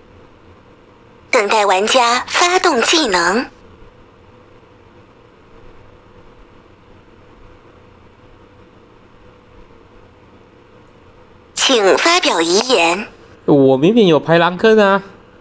等待玩家发动技能。 请发表遗言。 我明明有排狼坑啊。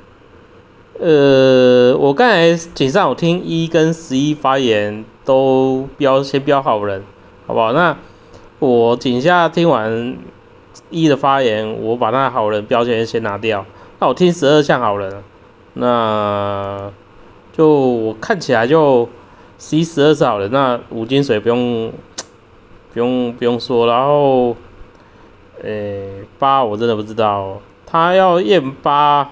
呃，我刚才井上有听一跟十一发言都标先标好人，好不好？那我井下听完一的发言，我把那好人标签先拿掉。那我听十二像好人，那就我看起来就十一、十二是好人，那五金水不用不用不用说，然后呃八我真的不知道，他要验八。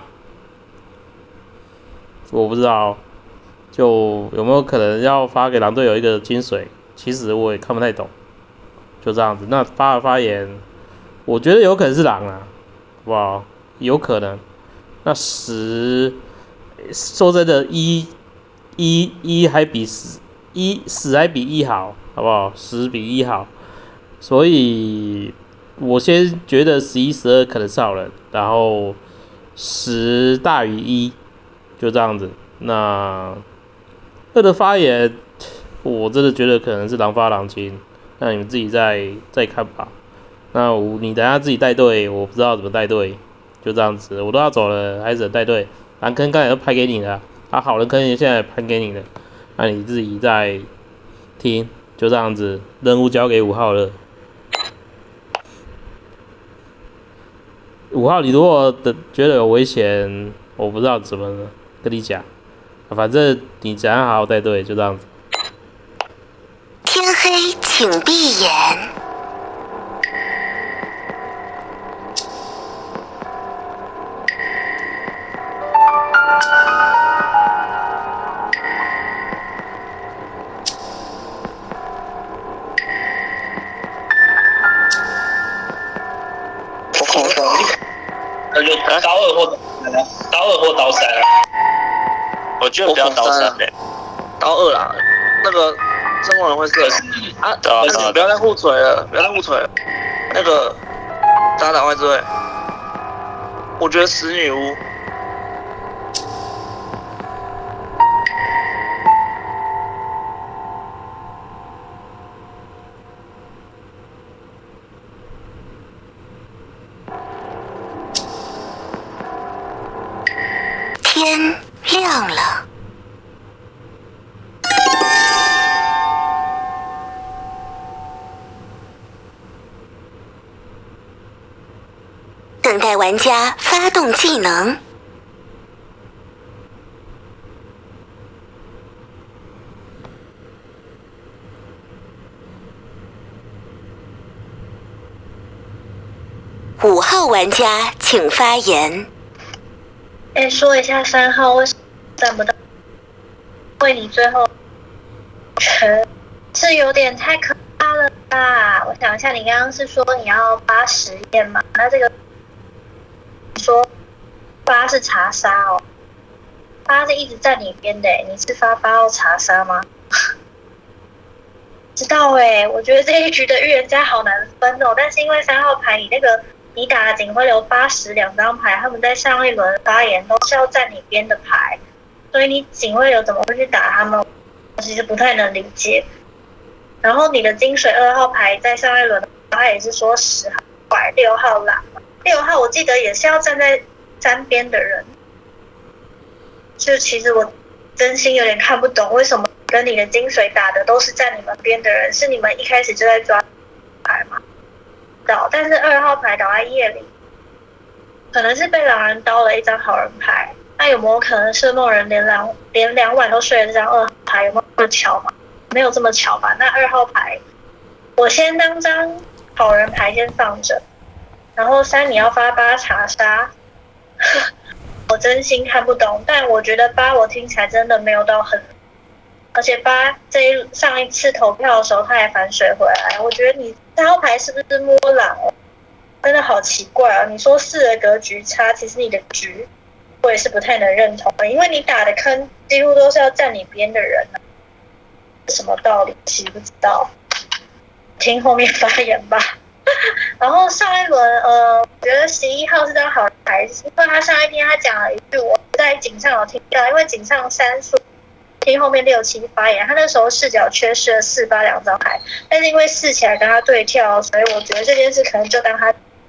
我不知道，就有没有可能要发给狼队友一个金水？其实我也看不太懂，就这样子。那八的发言，我觉得有可能是狼啊，好不好？有可能。那十，说真的，一一一还比十一十还比一好，好不好？十比一好，所以我先觉得十一、十二可能是好人，然后十大于一。就这样子，那二的发言，我真的觉得可能是狼发狼金，那你们自己再再看吧。那五你等一下自己带队，我不知道怎么带队，就这样子，我都要走了，还只能带队。蓝坑刚才都拍给你了，啊好人坑现在拍给你了，那你自己再听，就这样子，任务交给五号了。五号，你如果的觉得有危险，我不知道怎么跟你讲，反正你只要好好带队，就这样子。 天黑，请闭眼。 那就刀二或刀二或刀三啊。 我觉得不要刀三嘞、欸， 刀二啦。那个中国人会射啊，但是不要再互锤了，不要再互锤了。那个大家打坏智慧，我觉得死女巫。 天亮了，等待玩家发动技能。五号玩家请发言。 哎，说一下三号为什么站不到？因为你最后是有点太可怕了吧？我想一下，你刚刚是说你要八实验嘛？那这个说八是查杀哦，八是一直在你边的，你是发八号查杀吗？知道哎，我觉得这一局的预言家好难分哦，但是因为三号牌你那个你打的警徽流八十两张牌，他们在上一轮发言都是要站你边的牌，所以你警徽流怎么会去打他们？我其实不太能理解。然后你的金水二号牌在上一轮他也是说十号拐六号狼，六号我记得也是要站在三边的人，就其实我真心有点看不懂为什么跟你的金水打的都是站你们边的人，是你们一开始就在抓牌吗？倒，但是二号牌倒在夜里，可能是被狼人刀了一张好人牌。那有没有可能是梦人连两连两晚都睡了这张二号牌？有没有这么巧吗？没有这么巧吧？那二号牌，我先当张好人牌先放着，然后三你要发八查杀，我真心看不懂。但我觉得八我听起来真的没有到很，而且八这一上一次投票的时候他还反水回来，我觉得你三号牌是不是摸狼？真的好奇怪啊！你说四的格局差，其实你的局我也是不太能认同的，因为你打的坑几乎都是要站你边的人啊，什么道理？其实不知道，听后面发言吧。然后上一轮，呃，我觉得十一号是张好牌，因为他上一天他讲了一句，我在井上有听到，因为井上三数听后面六七发言，他那时候视角缺失了四八两张牌，但是因为四起来跟他对跳，所以我觉得这件事可能就当他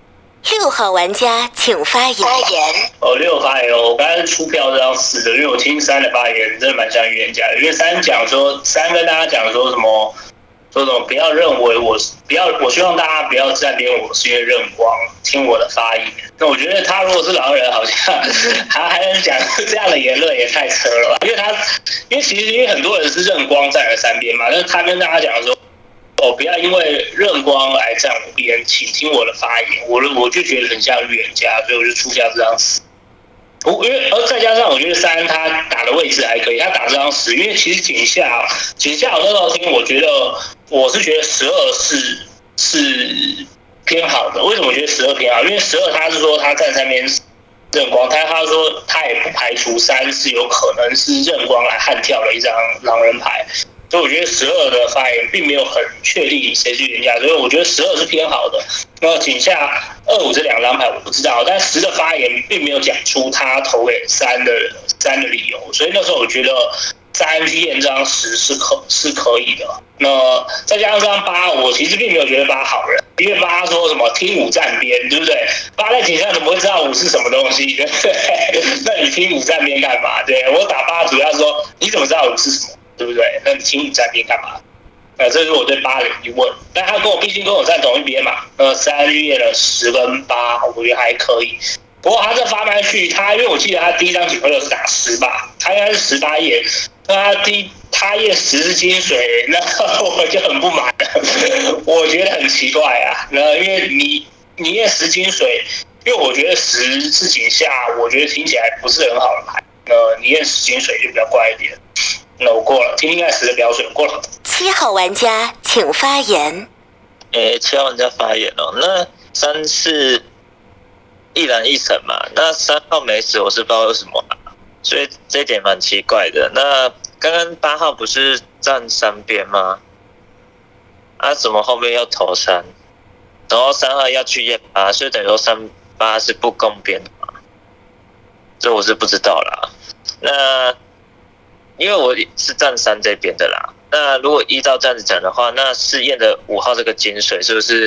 六号玩家请发言。发言。 哦，六发言哦，我刚才出票这张四的，因为我听三的发言真的蛮像预言家的，因为三讲说三跟大家讲说什么。说什么不要认为我不要，我希望大家不要站边我是因为认光，听我的发言。那我觉得他如果是狼人，好像还还能讲这样的言论也太扯了吧？因为他，因为其实因为很多人是认光站了三边嘛，但是他跟大家讲说，哦，不要因为认光来站我边，请听我的发言。我我就觉得很像预言家，所以我就出下这张四。因为而再加上我觉得三他打的位置还可以，他打这张十，因为其实井下井下我那时候听，我觉得我是觉得十二是是偏好的。为什么我觉得十二偏好？因为十二他是说他站三边认光，但他说他也不排除三是有可能是认光来悍跳的一张狼人牌。所以我觉得十二的发言并没有很确立谁是预言家，所以我觉得十二是偏好的。那井下二五这两张牌我不知道，但十的发言并没有讲出他投给三的三的理由，所以那时候我觉得三去验这张十是可是可以的。那再加上这张八，我其实并没有觉得八好人，因为八说什么听五站边，对不对？八在井下怎么会知道五是什么东西？对不对？那你听五站边干嘛？对我打八主要说你怎么知道五是什么？对不对？那你听五站边干嘛？呃，这是我对八的疑问。但他跟我毕竟跟我站同一边嘛，呃，三验了十跟八，我觉得还可以。不过他这发牌序，他因为我记得他第一张警徽流是打十吧，他应该是十八验，那他第他验十是金水，那我就很不满了，我觉得很奇怪啊。那因为你你验十金水，因为我觉得十是井下，我觉得听起来不是很好的牌。呃，你验十金水就比较怪一点。那我过了，听听看十的标准过了。 七号玩家请发言。 诶，七号玩家发言哦。那三是一蓝一神嘛，那三号没死，我是不知道为什么，所以这一点蛮奇怪的。那刚刚八号不是站三边吗？啊，怎么后面要投三？然后三号要去验八，所以等于说三八是不公边的嘛？这我是不知道啦。那因为我是站三这边的啦，那如果依照这样子讲的话，那试验的五号这个金水是不是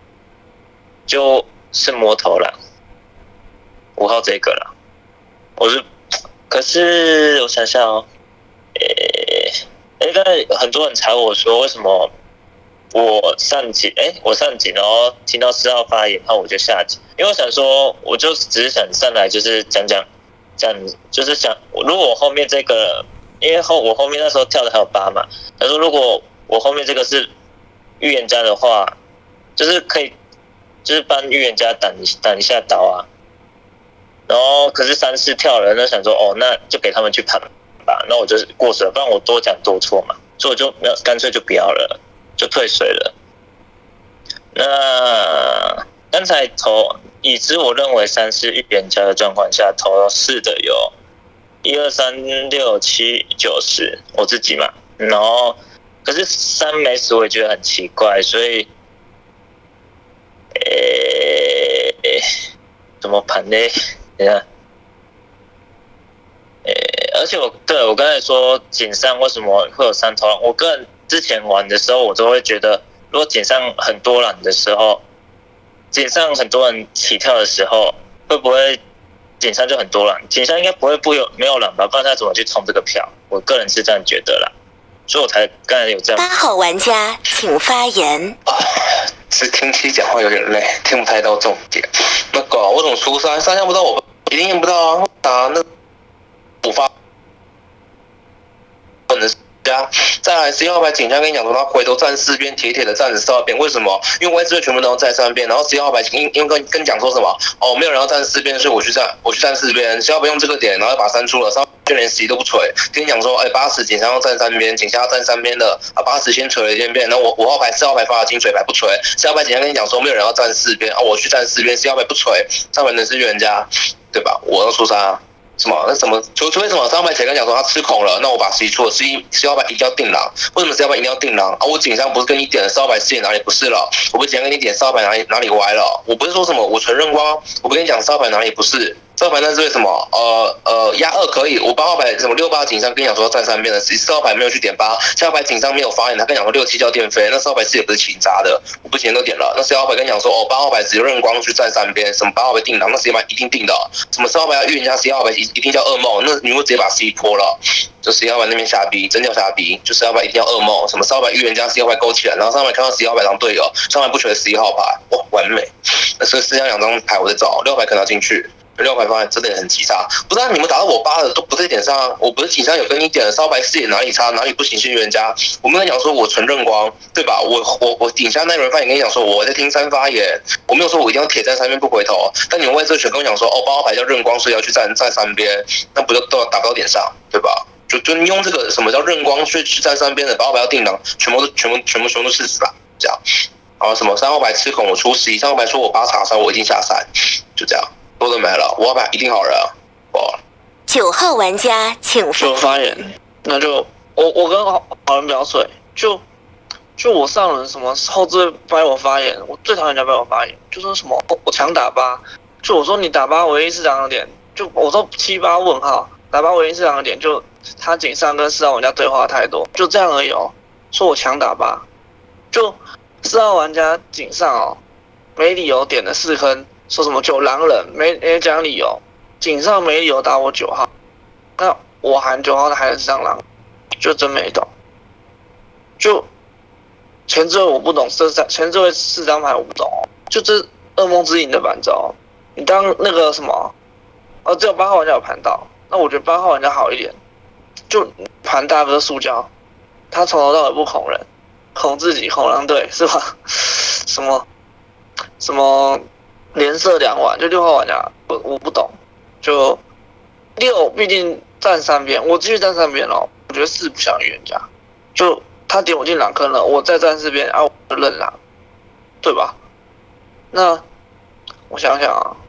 就是摸头了？五号这个啦，我是，可是我想想哦，诶、欸，刚才很多人查我说为什么我上井，哎、欸，我上井，然后听到四号发言，然后我就下井，因为我想说，我就只是想上来就是讲讲，这样就是想，如果我后面这个。因为后我后面那时候跳的还有八嘛，他说如果我后面这个是预言家的话，就是可以，就是帮预言家挡挡一下刀啊。然后可是三四跳了，那想说哦，那就给他们去盘吧，那我就是过水了，不然我多讲多错嘛，所以我就没有干脆就不要了，就退水了。那刚才投已知我认为三是预言家的状况下，投了四的有。一二三六七九十，我自己嘛，然后可是三没死，我也觉得很奇怪，所以，诶、欸，怎么盘呢？等一下，诶、欸，而且我对我刚才说井上为什么会有三投篮？我个人之前玩的时候，我都会觉得，如果井上很多篮的时候，井上很多人起跳的时候，会不会？井上就很多了，井上应该不会不有没有人吧？不然他怎么去冲这个票？我个人是这样觉得啦，所以我才刚才有这样。 八号玩家请发言。 啊，是听七讲话有点累，听不太到重点。那个我怎么出三？三项不到我一定验不到啊！打那五发本的家，再来十一号牌警察跟你讲说，他回头站四边，铁铁的站着四号边，为什么？因为位置全部都在三边，然后十一号牌因因为跟跟讲说什么？哦，没有人要站四边，所以我去站，我去站四边。十一号牌用这个点，然后把三出了，三就连十一都不锤。跟你讲说，哎，八十警察要站三边，警察要站三边的啊，八十先锤了一遍遍，然后我五号牌、四号牌发了金水牌不锤，十号牌警察跟你讲说，没有人要站四边啊，我去站四边，十号牌不锤，上面的是预言家，对吧？我要出三啊。什么？那什么？除除非什么？三号牌前跟讲说他吃孔了，那我把十一出了，十一十号牌一定要定狼。为什么十号牌一定要定狼啊？我警上不是跟你点了四号牌视野哪里不是了？我不是讲跟你点四号牌哪里哪里歪了？我不是说什么我纯认光，我不跟你讲四号牌哪里不是， 四号牌那是为什么？呃呃，压二可以，我八号牌什么六八警上跟你讲说要站三边的，四号牌没有去点八，七号牌警上没有发言，他跟你讲说六七叫电飞，那四号牌是也不是勤扎的，我不前都点了，那四号牌跟你讲说哦，八号牌只有认光去站三边，什么八号牌定档，那十一号牌一定定的，什么四号牌要预言家，十一号牌一一定叫噩梦，那你会直接把 C 泼了，就十一号牌那边瞎逼，真叫瞎逼，就十一号牌一定要噩梦，什么四号牌预言家，十一号牌勾起来，然后三号牌看到十一号牌当队友，三号牌不选十一号牌，哇，完美，那所以剩下两张牌我在找，六号牌可能要进去。六牌发现真的很急差，不是、啊、你们打到我八的都不在点上，我不是警上有跟你点了，烧白视野哪里差哪里不行，先预言家，我跟你讲说我纯认光，对吧？我我我顶下那轮发言跟你讲说我在听三发言，我没有说我一定要铁站三边不回头，但你们为这选跟我讲说哦八号牌叫认光，所以要去站站三边，那不就都打不到点上，对吧？就就你用这个什么叫认光去去站三边的，八号牌要定档，全部都全部全部全部都事实吧，这样。然后什么三号牌吃孔我出十一，三号牌说我八查杀我一定下三，就这样。多的没了，五号牌一定好人啊！哇！ 九号玩家请就发言，那就我我跟好人表水，就就我上轮什么后置掰我发言，我最讨厌人家掰我发言，就说什么我强打八，就我说你打八唯一是两个点，就我说七八问号打八唯一是两个点，就他井上跟四号玩家对话太多，就这样而已哦。说我强打八，就四号玩家井上哦，没理由点了四坑。说什么九狼人没没讲理由，井上没理由打我九号，那我喊九号的还是上狼，就真没懂。就前置位我不懂，这三前置位四张牌我不懂哦，就这噩梦之影的板招，你当那个什么，哦只有八号玩家有盘到，那我觉得八号玩家好一点，就盘大哥塑胶，他从头到尾不恐人，恐自己恐狼队是吧？什么什么？连射两碗，就六号玩家，我我不懂，就六毕竟站三边，我继续站三边哦。我觉得四不像预言家，就他点我进狼坑了，我再站四边啊，我就认狼，对吧？那我想想啊，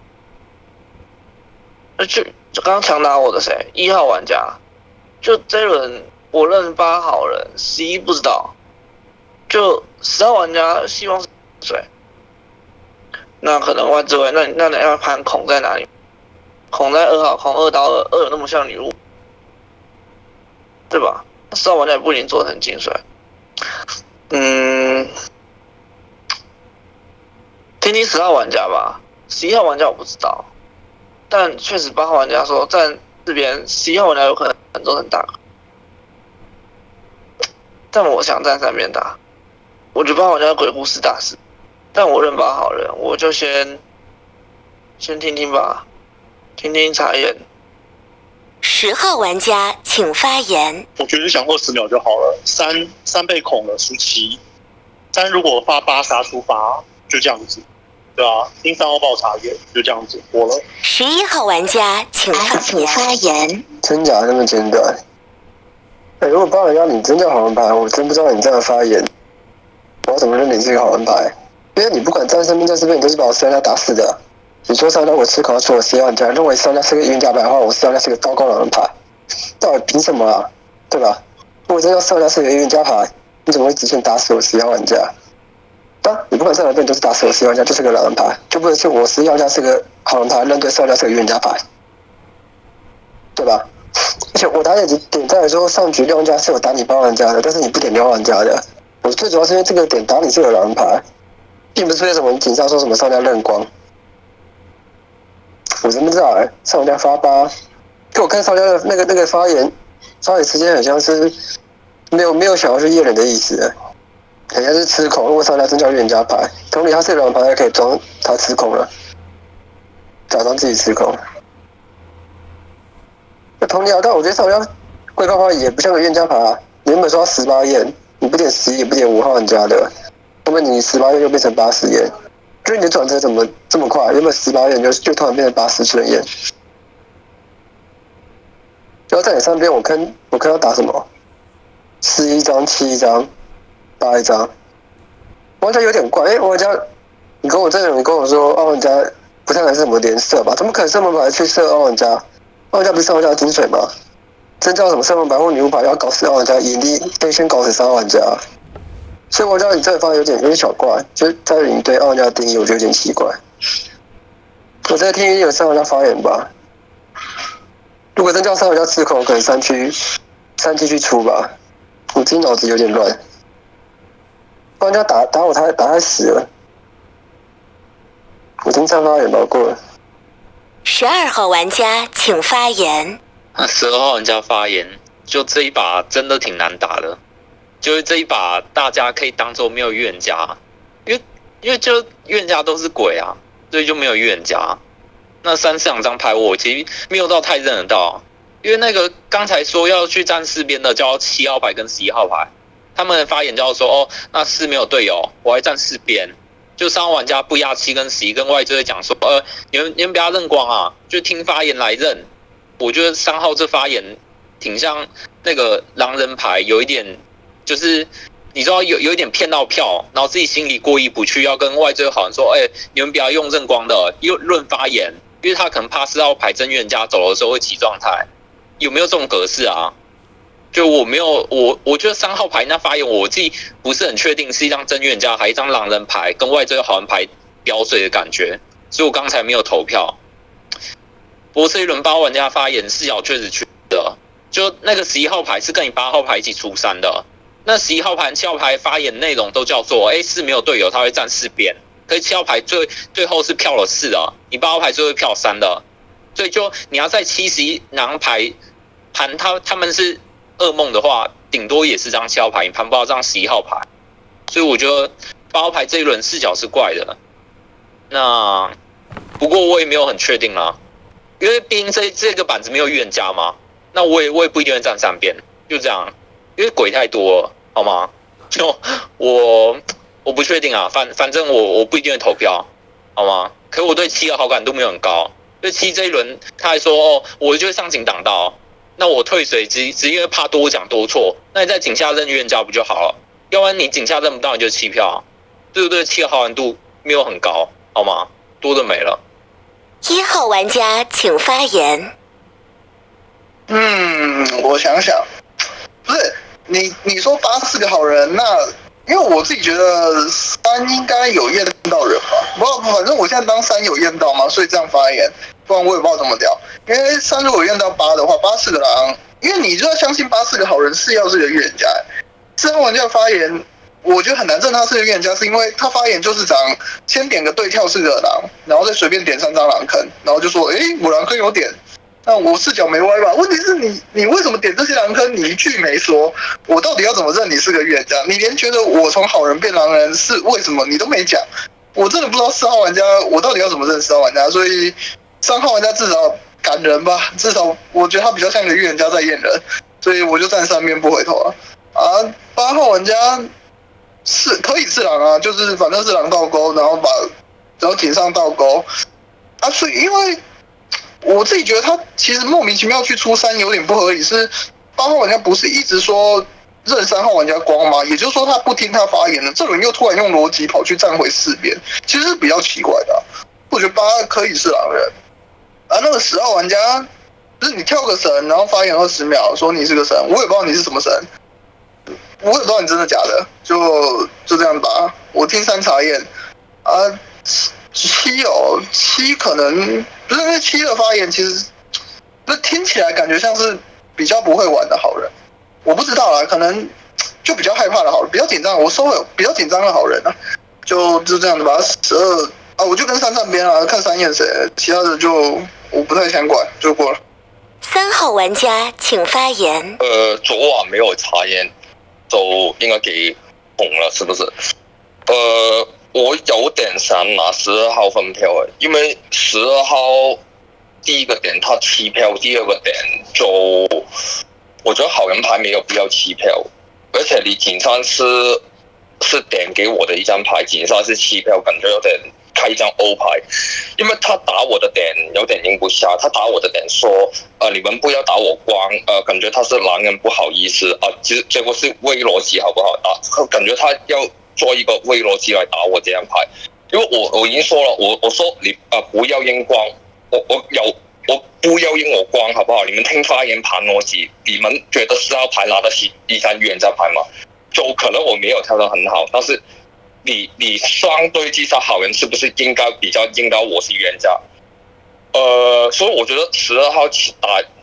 那就就刚刚强打我的谁？一号玩家，就这轮我认八号人，十一不知道，就十号玩家希望是谁？那可能外置位，那你那你要盘孔在哪里？孔在二号，孔二到二，二有那么像女巫，对吧？四号玩家也不一定做得很精髓。嗯，听听十号玩家吧，十一号玩家我不知道，但确实八号玩家说站这边，十一号玩家有可能做很大，但我想站三边打，我觉得八号玩家鬼护是大事。但我认八号人，我就先先听听吧，听听查验。 十号玩家请发言。 我觉得想二十秒就好了，三三被孔了输七，三如果发八杀出八，就这样子，对啊，听三号报查验，就这样子，过了。 十一号玩家请发请发言。 真假那么简短？哎、欸，如果八号玩家你真叫好人牌，我真不知道你这样发言，我要怎么认你是个好人牌？因为你不管站身边站这边，你都是把我三家打死的。你说三家我吃口说我十一玩家，认为三家是个预言家牌的话，我三家是个高高狼人牌，到底凭什么啊？对吧？如果真要三家是个预言家牌，你怎么会直线打死我十一玩家？啊，你不管站哪边都是打死我十一玩家，就是个狼人牌，就不能是我十一玩家是个好人牌，认对三家是个预言家牌，对吧？而且我打点点在说上局六玩家是有打你八玩家的，但是你不点六玩家的，我最主要是因为这个点打你是个狼人牌。并不是为什么警上说什么上家认光，我真不知道哎、欸。上家发八，给我看上家的那个那个发言，发言时间很像是没有没有想要去验人的意思、欸，很像是吃孔。如果上家真叫预言家牌，同理他是狼牌，可以装他吃孔了，假装自己吃孔。那同理啊，但我觉得上家龟高牌也不像个预言家牌啊。你原本说要十八验，你不点十一，也不点五号玩家的。后面你十八验又变成八十验，就是你的转折怎么这么快？原本十八验就就突然变成八十顺验。然后在你上边，我看我看要打什么？十一张、七张、八一张，玩家有点怪。哎、欸，玩家，你跟我这种，你跟我说奥玩家不太能是什么连射吧？怎么可能射门牌去射奥玩家？奥玩家不是上玩家的精髓吗？真叫什么射门牌或女巫牌要搞死奥玩家，眼力可以先搞死三玩家。所以我觉得你这个方法有点有点小怪，就是在你对奥玩家的定义，我觉得有点奇怪。我在听有三玩家发言吧， 如果真叫三号玩家吃口，可能三区三区去出吧。我自己脑子有点乱，玩家打打我他打他死了。我听三发言报过了。 十二号玩家请发言。 那十二号玩家发言，就这一把真的挺难打的，就是这一把大家可以当做没有预言家，因为因为就预言家都是鬼啊，所以就没有预言家。那三四两张牌我其实没有到太认得到，因为那个刚才说要去站四边的叫七号牌跟十一号牌，他们的发言叫说哦，那四没有队友，我还站四边。就三号玩家不压七跟十一，跟外就会讲说，呃，你们你们不要认光啊，就听发言来认。我觉得三号这发言挺像那个狼人牌，有一点就是你知道有有一点骗到票，然后自己心里过意不去，要跟外队好像说，哎、欸，你们不要用认光的，又论发言，因为他可能怕四号牌真预言家走的时候会起状态，有没有这种格式啊？就我没有，我我觉得三号牌那发言我自己不是很确定是一张真预言家还是一张狼人牌，跟外追好人牌标水的感觉，所以我刚才没有投票。不过这一轮八号玩家发言视角确实缺的，就那个十一号牌是跟你八号牌一起出三的，那十一号牌、七号牌发言内容都叫做，哎，四没有队友，他会站四边，可是七号牌最最后是票了四的，你八号牌最后票三的，所以就你要在七十一狼牌盘他他们是。噩梦的话，顶多也是张七号牌，你盘不到张十一号牌，所以我觉得八号牌这一轮视角是怪的。那不过我也没有很确定啦，因为毕竟这这个板子没有预言家嘛，那我也我也不一定会站三边，就这样，因为鬼太多了，好吗？就我我不确定啊，反反正我我不一定会投票，好吗？可我对七的好感度没有很高，对七这一轮他还说哦，我就会上井挡到。那我退水只只因为怕多讲多错，那你在井下认预言家不就好了？要不然你井下认不到你就弃票，对不对？七的好感度没有很高，好吗？多的没了。 一号玩家请发言。 嗯，我想想，不是你你说八四个好人，那因为我自己觉得三应该有验到人吧，不过反正我现在当三有验到嘛，所以这样发言，不然我也不知道怎么聊。因为三如果验到八的话，八是个狼，因为你就要相信八是个好人，四要是个预言家。四号玩家发言，我觉得很难证他是个预言家，是因为他发言就是讲先点个对跳是个狼，然后再随便点三张狼坑，然后就说，诶，我狼坑有点。那我视角没歪吧？问题是你，你为什么点这些狼坑？你一句没说，我到底要怎么认你是个预言家？你连觉得我从好人变狼人是为什么你都没讲，我真的不知道四号玩家我到底要怎么认四号玩家。所以三号玩家至少感人吧，至少我觉得他比较像个预言家在验人，所以我就站三边不回头了。啊，八号玩家是可以是狼啊，就是反正是狼倒钩，然后把然后井上倒钩啊，所以因为。我自己觉得他其实莫名其妙去出三有点不合理，是八号玩家不是一直说认三号玩家光吗？也就是说他不听他发言了，这轮又突然用逻辑跑去站回四边，其实是比较奇怪的、啊。我觉得八可以是狼人，啊那个十号玩家就是你跳个神，然后发言二十秒说你是个神，我也不知道你是什么神，我也不知道你真的假的，就就这样吧。我听三查验啊。七哦，七可能不是因为七的发言，其实不是听起来感觉像是比较不会玩的好人，我不知道啦，可能就比较害怕的好人，比较紧张。我收回比较紧张的好人啊，就就这样子吧。十二啊，我就跟三站边啊，看三验谁，其他的就我不太想管，就过了。 三号玩家请发言。 呃，昨晚没有查验，就应该给红了，是不是？呃。我有点想拿十二号分票诶，因为十二号第一个点他弃票，第二个点就我觉得好人牌没有必要弃票，而且你井上是是点给我的一张牌，井上是弃票，感觉有点开一张 O 牌，因为他打我的点有点赢不下，他打我的点说呃你们不要打我光，呃感觉他是狼人不好意思啊，其实结果是微逻辑好不好打，感觉他要。做一个微逻辑来打我这张牌，因为我我已经说了，我我说你啊、呃、不要阴光，我我有我不要阴我光好不好？你们听发言盘逻辑，你们觉得四号牌拿得起第三预言家牌吗？就可能我没有跳得很好，但是你你相对之下好人是不是应该比较应该我是预言家？呃，所以我觉得十二号打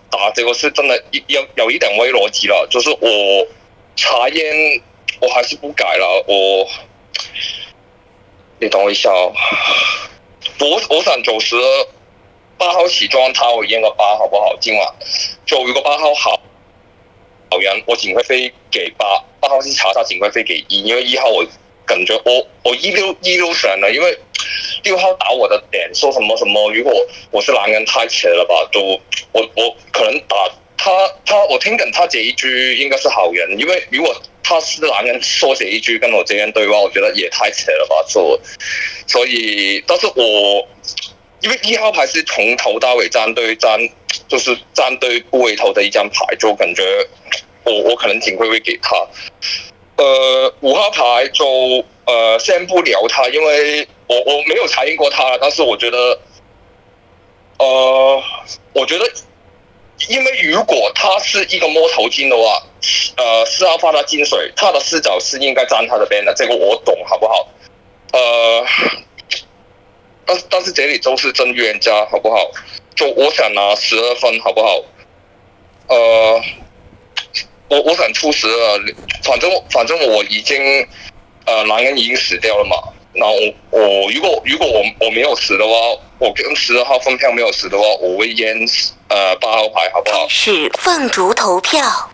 打这个是真的有有一点微逻辑了，就是我查验我还是不改了，我你等我一下哦，我我想九十八號時裝他我驗個八好不好？今晚就如果八號好好人，我警徽飛給八，八號是查查警徽飛給一，因為一號我感覺我我一溜一溜選了，因為六號打我的點說什麼什麼，如果我是狼人太扯了吧，就我我可能打他他我聽緊他這一句應該是好人，因為如果他是狼人說這一句跟我這樣對話，我覺得也太扯了吧，所所以但是我。因為一號牌是從頭到尾站隊站，就是站隊不回頭的一張牌，就感覺我我可能警徽會給他。呃，五號牌就呃先不聊他，因為我我沒有查驗過他，但是我覺得，呃，我覺得，因為如果他是一個摸頭巾的話，呃，四號發他金水，他的視角是應該站他的邊的，這個我懂，好不好？呃。但但是這裏都是真預言家，好不好？就我想拿十二分，好不好？呃，我我想出十二，反正反正我已經，呃，狼人已經死掉了嘛。然後我我如果如果我我沒有死的話，我跟十二號分票沒有死的話，我會驗呃八號牌，好不好？ 是凤竹投票。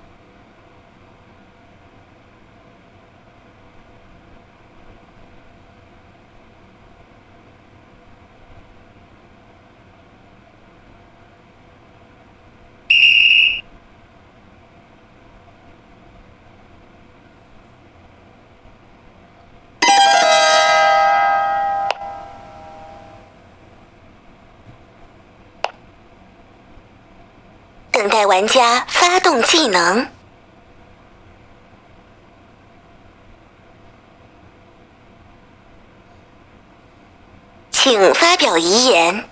等待玩家发动技能，请发表遗言。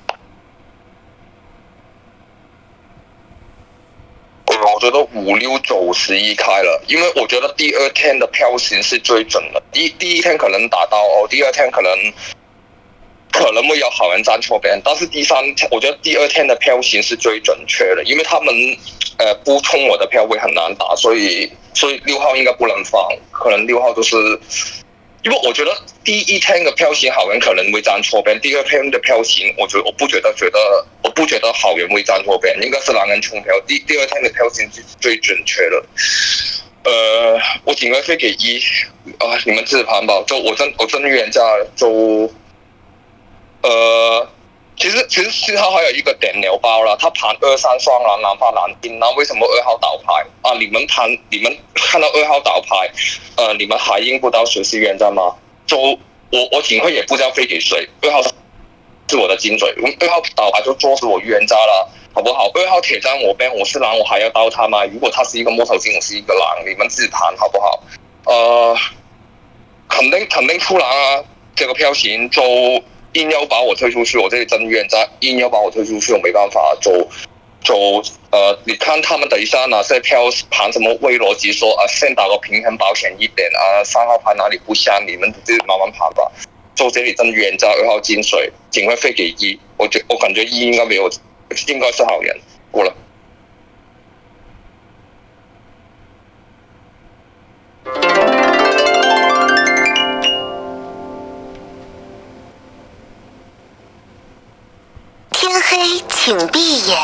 我覺得五六九十一開了，因為我覺得第二天的票型是最準的。第第一天可能打到哦，第二天可能可能會有好人站錯邊，但是第三天我覺得第二天的票型是最準確的，因為他們呃不衝我的票會很難打，所以所以六號應該不能放，可能六號就是。因為我覺得第一天嘅票型好人可能會站錯邊，第二天嘅票型我覺我不覺得覺得我不覺得好人會站錯邊，應該是狼人衝票。第第二天嘅票型是最準確的。呃，我警徽飛給一啊，你們自己盤吧。就我真我真預言家就，呃，其實其實四號還有一個點鳥包啦，他盤二三雙狼狼發藍丁，那為什麼二號倒牌啊？你們盤你們看到二號倒牌，呃，你們還驗不到誰是預言家嗎？就我我警徽也不知道飛給誰，二號是我的金水，二號倒牌就作死我預言家了，好不好？二號鐵站我邊，我是狼，我還要刀他嗎？如果他是一個摸頭金，我是一個狼，你們自盤好不好？呃，肯定肯定出狼啊，這個票型就硬要把我推出去，我這裡真預言家硬要把我推出去，我沒辦法，就就呃，你看他們等一下哪些票盤什麼微邏輯說啊，先打個平衡保險一點啊，三號牌哪裡不香，你們自己慢慢盤吧。就這裡真預言家二號金水，警徽飛給一，我覺我感覺一應該沒有，應該是好人，過了。 天黑請閉眼。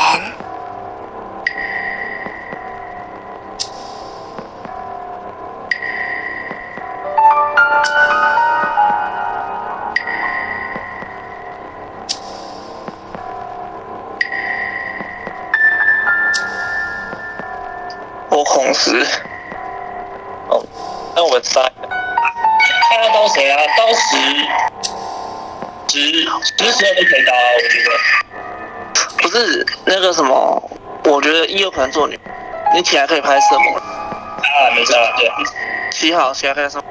我恐死。 哦，那我们猜，看要刀谁啊？刀十，十十十二都可以刀啊，我觉得。 不是那个什么，我觉得一有可能做女，你起来可以拍色魔。 啊，没事啊，对啊。 七号起来可以什么？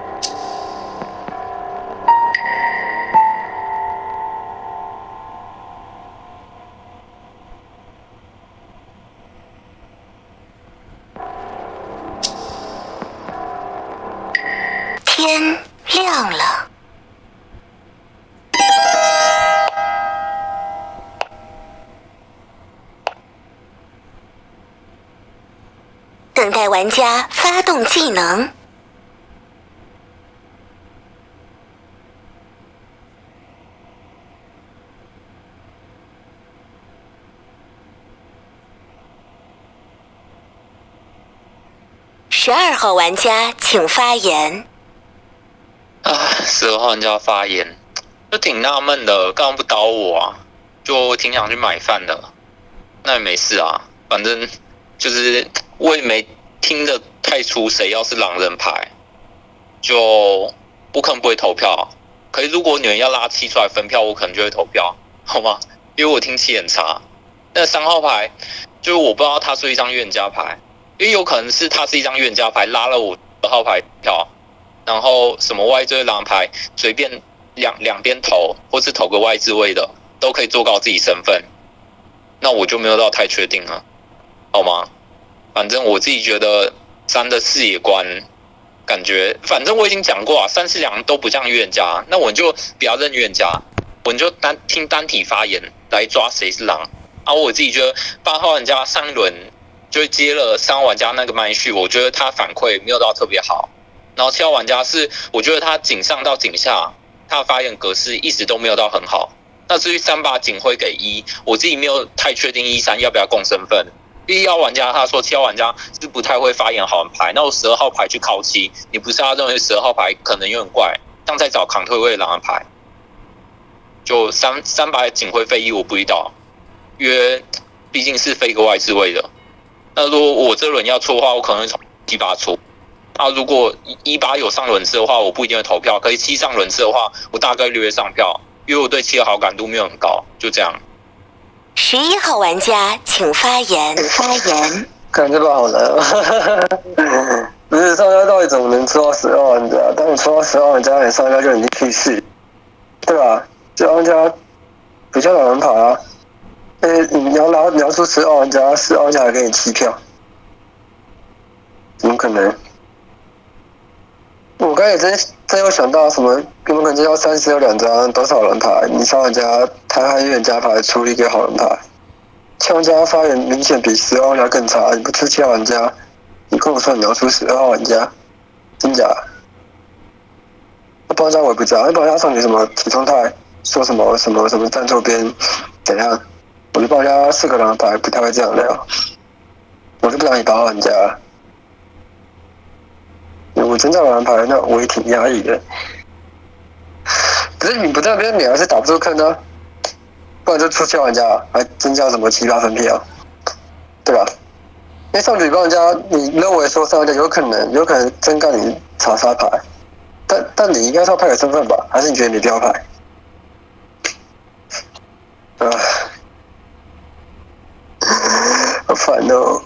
天亮了。 等待玩家发动技能。十二号玩家请发言。 啊，十二号玩家发言，就挺纳闷的，干嘛不刀我啊？就挺想去买饭的，那也没事啊，反正就是我也没听得太出谁要是狼人牌，就我可能不会投票。可是如果你们要拉七出来分票，我可能就会投票，好吗？因为我听气很差。那三号牌就是我不知道他是一张预言家牌，因为有可能是他是一张预言家牌拉了我二号牌票，然后什么外置狼牌随便两两边投，或是投个外置位的，都可以做高自己身份。那我就没有到太确定了，好吗？反正我自己觉得三的视野观，感觉反正我已经讲过啊，三四两都不像预言家，那我就不要认预言家，我就单听单体发言来抓谁是狼。啊，我自己觉得八号玩家上一轮就接了三号玩家那个麦序，我觉得他反馈没有到特别好。然后七号玩家是，我觉得他井上到井下，他的发言格式一直都没有到很好。那至于三把警徽给一，我自己没有太确定一三要不要共身份。一号玩家他说七号玩家是不太会发言好人牌，那我十二号牌去靠七，你不是要认为十二号牌可能有点怪，这样在找扛退位狼人牌。就三三把警徽费一我不知道，因为毕竟是飞个外置位的。那如果我这轮要出的话，我可能会从七把出。啊，如果一八有上轮次的话，我不一定会投票。可是七上轮次的话，我大概率会上票，因为我对七的好感度没有很高。就这样。 十一号玩家请发言。发言。 看这把好难哦。不是上家到底怎么能抽到十二玩家？当你抽到十二玩家，你上家就已经屁事，对吧？十二玩家比较难跑啊。呃，你要拿你要出十二玩家，十二玩家还给你七票，怎么可能？我刚才也真真有想到什么，有没有可能要三十有两张多少人牌？你三玩家他还预言家牌出一个好人牌，七玩家发言明显比十二玩家更差。你不出七玩家，你跟我说你要出十二玩家，真假？那包家我也不知道，那包家送你什么体重态，说什么什么什么站错边怎样？我就包家四个人牌不太会这样聊，我就不想你八玩家。我真正玩牌，那我也挺压抑的。可是你不在那边，你还是打不出坑的，不然就出七玩家，还增加什么七八分票，对吧？因为上举八玩家，你认为说上玩家有可能，有可能真干你查杀牌，但但你应该是要派个身份吧？还是你觉得你不要派？啊，好烦哦。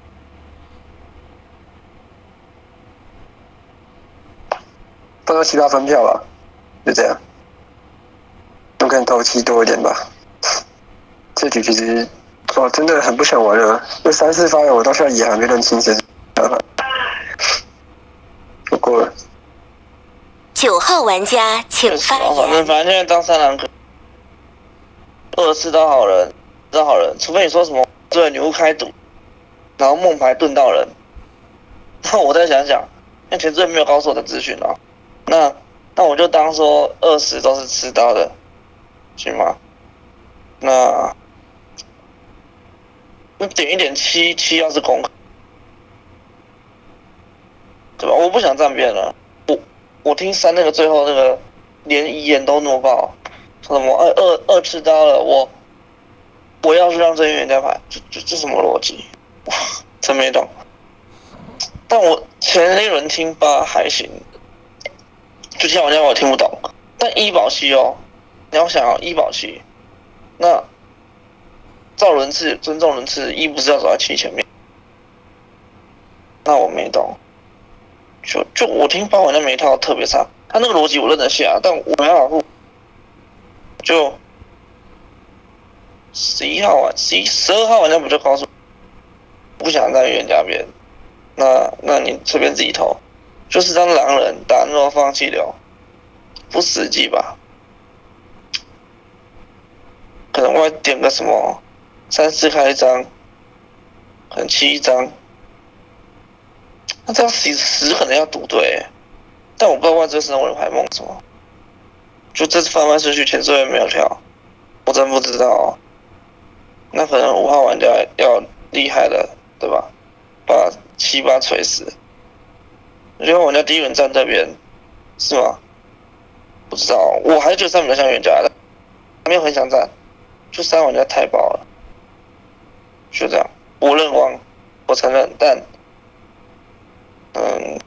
不到七八分票吧，就这样。我可能投七多一点吧。这局其实我真的很不想玩了，那三四发言我到现在也还没认清谁是打法。我过了。 九号玩家请发言。 反正反正现在当三狼可二四当好人，当好人，除非你说什么对女巫开赌，然后梦牌盾到人，那我再想想，因为前阵没有告诉我的资讯哦，那那我就当说二十都是吃到的，行吗？那那点一点七七要是公，对吧？我不想站边了，我我听三那个最后那个连遗言都诺爆，说什么二二二吃刀了，我我要是让这预言家牌，这这这什么逻辑？哇，真没懂。但我前一轮听八还行，就像玩家我听不懂，但一保七哦，你要想哦，一保七，那照轮次尊重轮次，一不是要走在七前面？那我没懂，就就我听八玩家每一套特别差，他那个逻辑我认得下，但我没办法付。就十一号玩，十一十二号玩家不就告诉我不想在预言家边，那那你随便自己投，就是当狼人打弱放弃流，不实际吧？可能我点个什么三四开张，可能七张， 那这样十十可能要赌对，但我不知道万这生我牌梦什么，就这次翻番顺序前置位没有跳，我真不知道。那可能五号玩家要厉害了，对吧？把七八锤死。六号玩家第一轮站这边，是吗？不知道，我还是觉得三比较像冤家的，没有很想站，就三玩家太爆了，就这样。无论光，我承认，但，嗯，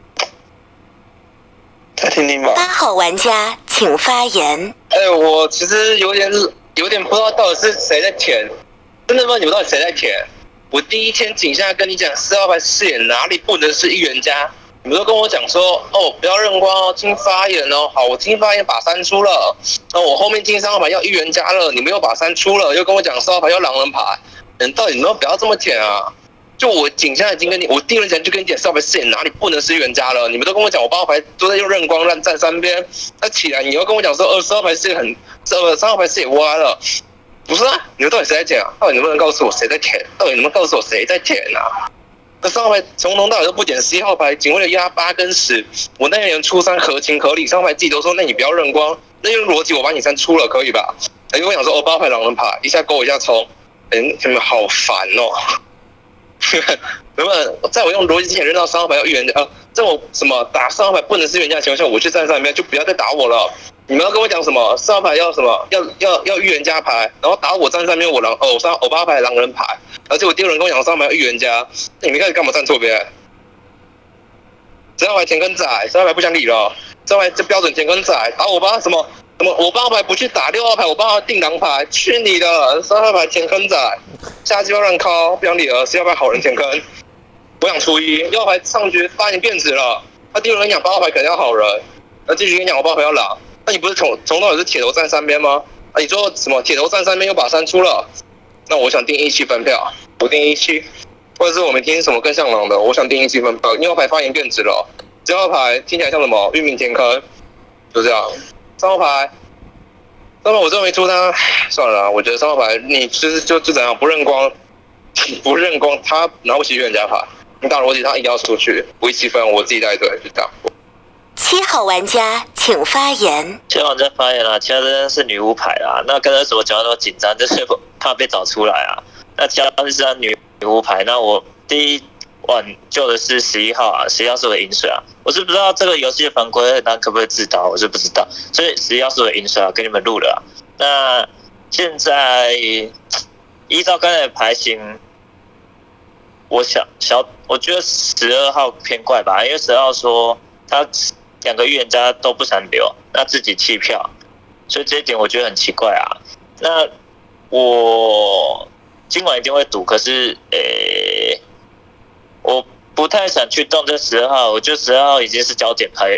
再听听吧。 八号玩家请发言。 哎、欸，我其实有点有点不知道到底是谁在舔，真的不知道你们到底谁在舔。我第一天井下跟你讲四号牌视野哪里不能是预言家，你们都跟我讲说哦不要认光哦，听发言哦。好，我听发言把三出了，那我后面听三号牌要预言家了，你们又把三出了，又跟我讲四号牌要狼人牌，人到底你们不要这么舔啊！就我井下已经跟你，我第一轮前就跟你讲四号牌视野哪里不能是预言家了，你们都跟我讲我八号牌都在用认光乱站三边，那起来你又跟我讲说二十号牌视野很，呃三号牌视野歪了。不是啊，你们到底谁在舔啊？到底能不能告诉我谁在舔？到底能不能告诉我谁在舔啊？那三号牌从头到尾都不点，十一号牌仅为了压八跟十，我那年出三合情合理，三号牌自己都说，那你不要认光，那用逻辑我把你三出了，可以吧？哎，我想说，哦，八号牌狼人牌，一下勾一下冲，哎，你们好烦哦！能不能在我用逻辑之前认到三号牌要预言家？呃，在我什么打三号牌不能是预言家的情况下，我去站上面就不要再打我了。你们要跟我讲什么？四号牌要什么？要要要预言家牌，然后打我站上面我狼哦，三我八牌狼人牌，而且我第二轮跟我讲三号牌要预言家，那你们开始干嘛站错边？三号牌田根仔，三号牌不想理了，三号牌这标准田根仔，打我八什么什么？我八号牌不去打六号牌，我八号牌定狼牌，去你的！三号牌田根仔，下机要乱敲，不想理了，四号牌好人田根，我想初一，六号牌上局发言变质了，他第二轮讲八号牌可能要好人，那继续跟你讲我八号牌要狼。那你不是从从头到尾是铁头站三边吗？啊，你说什么铁头站三边又把三出了？那我想定一七分票，我定一七，或者是我没听什么更像狼的，我想定一七分票。一号牌发言变质了，三号牌听起来像什么？玉米田坑，就这样。三号牌，三号牌我真的没出他，算了啦，我觉得三号牌你就是就就怎样不认光，不认光他拿不起预言家牌，你打逻辑他一定要出去，不一七分我自己带队，就这样。 七号玩家请发言。 七号玩家发言啦，其他真的是女巫牌啦。那刚才什么讲到那么紧张，就是怕被找出来啊。那其他是张女巫牌，那我第一挽救的是十一号啊，十一号是我的饮水啊。我是不知道这个游戏的犯规，那可不可以自导，我是不知道。所以十一号是我的饮水啊，给你们录了啊。那现在依照刚才的牌型，我想小，我觉得十二号偏怪吧，因为十二号说他两个预言家都不想留，那自己弃票，所以这一点我觉得很奇怪啊。那我今晚一定会赌，可是诶、欸，我不太想去动这十二号，我觉得十二号已经是焦点牌。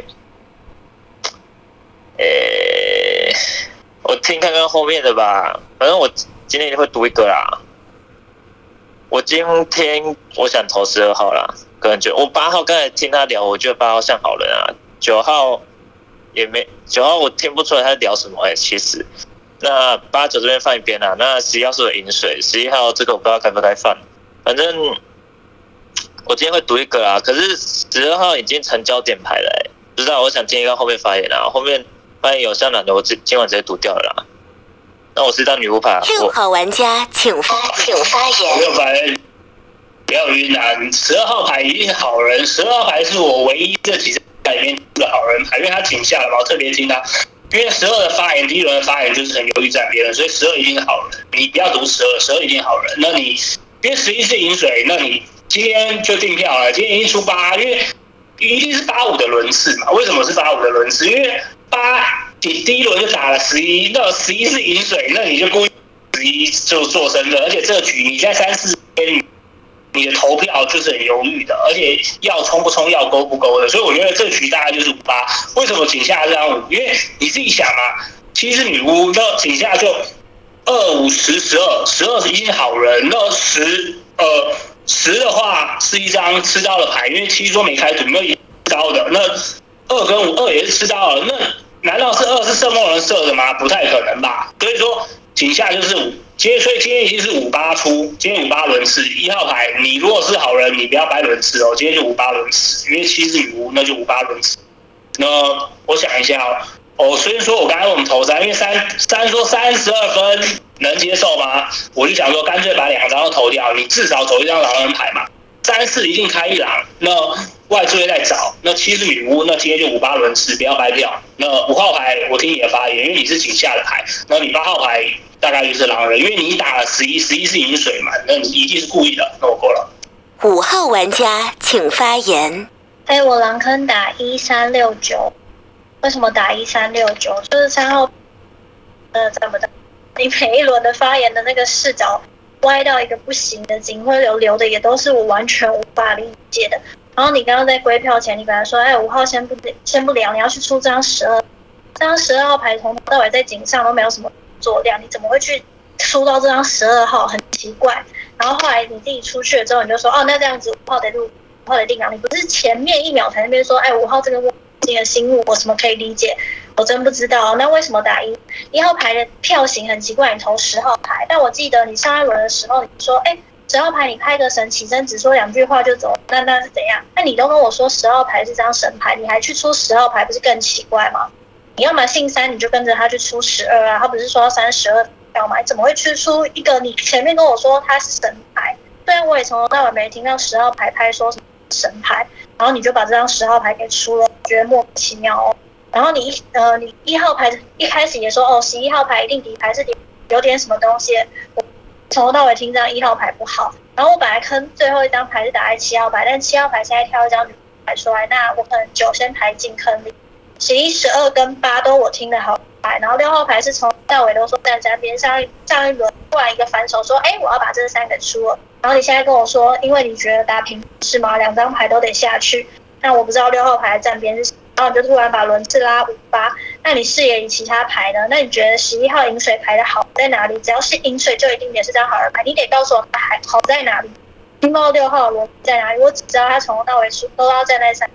诶、欸，我听看看后面的吧，反正我今天一定会赌一个啦。我今天我想投十二号啦，个人觉得我八号刚才听他聊，我觉得八号像好人啊。九号也没，九号我听不出来他聊什么哎、欸，其实。那八九这边放一边啦，那十一号是我饮水，十一号这个我不知道该不该放，反正我今天会读一个啦。可是十二号已经成焦点牌了哎、欸，不知道我想听一个后面发言啦，后面发言有像男的，我今晚直接读掉了啦。那我是当女巫牌。 六号玩家请发请发言。 六发言。不要晕啊！十二号牌一定是好人，十二号牌是我唯一这几张牌里面的好人牌，因为他停下了嘛，我特别听他。因为十二的发言，第一轮的发言就是很犹豫站边了，所以十二一定是好人。你不要读十二，十二一定好人。那你因为十一是饮水，那你今天就订票了，今天已经出八，因为一定是八五的轮次嘛。为什么是八五的轮次？因为八你第一轮就打了十一，那十一是饮水，那你就故意十一就做身份，而且这个局你在三四天。你的投票就是很犹豫的，而且要冲不冲，要勾不勾的，所以我觉得这局大概就是五八。为什么井下这样五？因为你自己想嘛，七是女巫，那井下就二五十十二，十二是一定好人，那十呃十的话是一张吃刀的牌，因为七说没开赌，没有吃刀的，那二跟五二也是吃刀的，那难道是二是圣梦人射的吗？不太可能吧。所以说井下就是五今天所以今天已经是五八出，今天五八轮次，一号牌你如果是好人，你不要掰轮次哦，今天就五八轮次，因为七是女巫，那就五八轮次。那我想一下哦，哦，所以说我刚才我们投三，因为三三说三十二分能接受吗？我就想说干脆把两张都投掉，你至少走一张狼人牌嘛。三四一定开一狼，那外追再找，那七是女巫，那今天就五八轮次，不要掰掉。那五号牌我听你的发言，因为你是井下的牌，那你八号牌大概就是狼人，因为你打了十一，十一是饮水嘛，那你一定是故意的，那我过了。 五号玩家请发言。 哎，我狼坑打一三六九，为什么打一三六九？就是三号，呃，怎么的？你每一轮的发言的那个视角歪到一个不行的，警徽流流的也都是我完全无法理解的。然后你刚刚在归票前，你本来说，哎，五号先不先不聊，你要去出这张十二，这张十二号牌从头到尾在井上都没有什么作量，你怎么会去出到这张十二号？很奇怪。然后后来你自己出去了之后，你就说，哦，那这样子五号得入。五号的定岗，你不是前面一秒才那边说，哎，五号这个新的新物我什么可以理解？我真不知道。那为什么打一一号牌的票型很奇怪？你投十号牌，但我记得你上一轮的时候，你说，哎，十号牌你开个神起身，只说两句话就走，那那是怎样？那你都跟我说十号牌是张神牌，你还去出十号牌，不是更奇怪吗？你要么姓三，你就跟着他去出十二啊，他不是说要三十二票吗？怎么会去出一个你前面跟我说他是神牌？虽然我也从头到尾没听到十号牌拍说什么神牌，然后你就把这张十号牌给出了，我觉得莫名其妙哦。然后你一呃，你一号牌一开始也说哦，十一号牌一定底牌是有点什么东西，我从头到尾听这张一号牌不好。然后我本来坑最后一张牌是打在七号牌，但七号牌现在挑一张女牌出来，那我可能九先排进坑里。十一、十二跟八都我听的好牌，然后六号牌是从到尾都说站站边，上一上一轮突然一个反手说，哎，我要把这三个出了。然后你现在跟我说，因为你觉得打平是吗？两张牌都得下去。那我不知道六号牌的站边是什么，然后你就突然把轮次拉五八。那你视野里其他牌呢？那你觉得十一号饮水牌的好在哪里？只要是饮水就一定也是张好人牌，你得告诉我它还好在哪里。听到六号轮在哪里？我只知道他从头到尾都要站在三。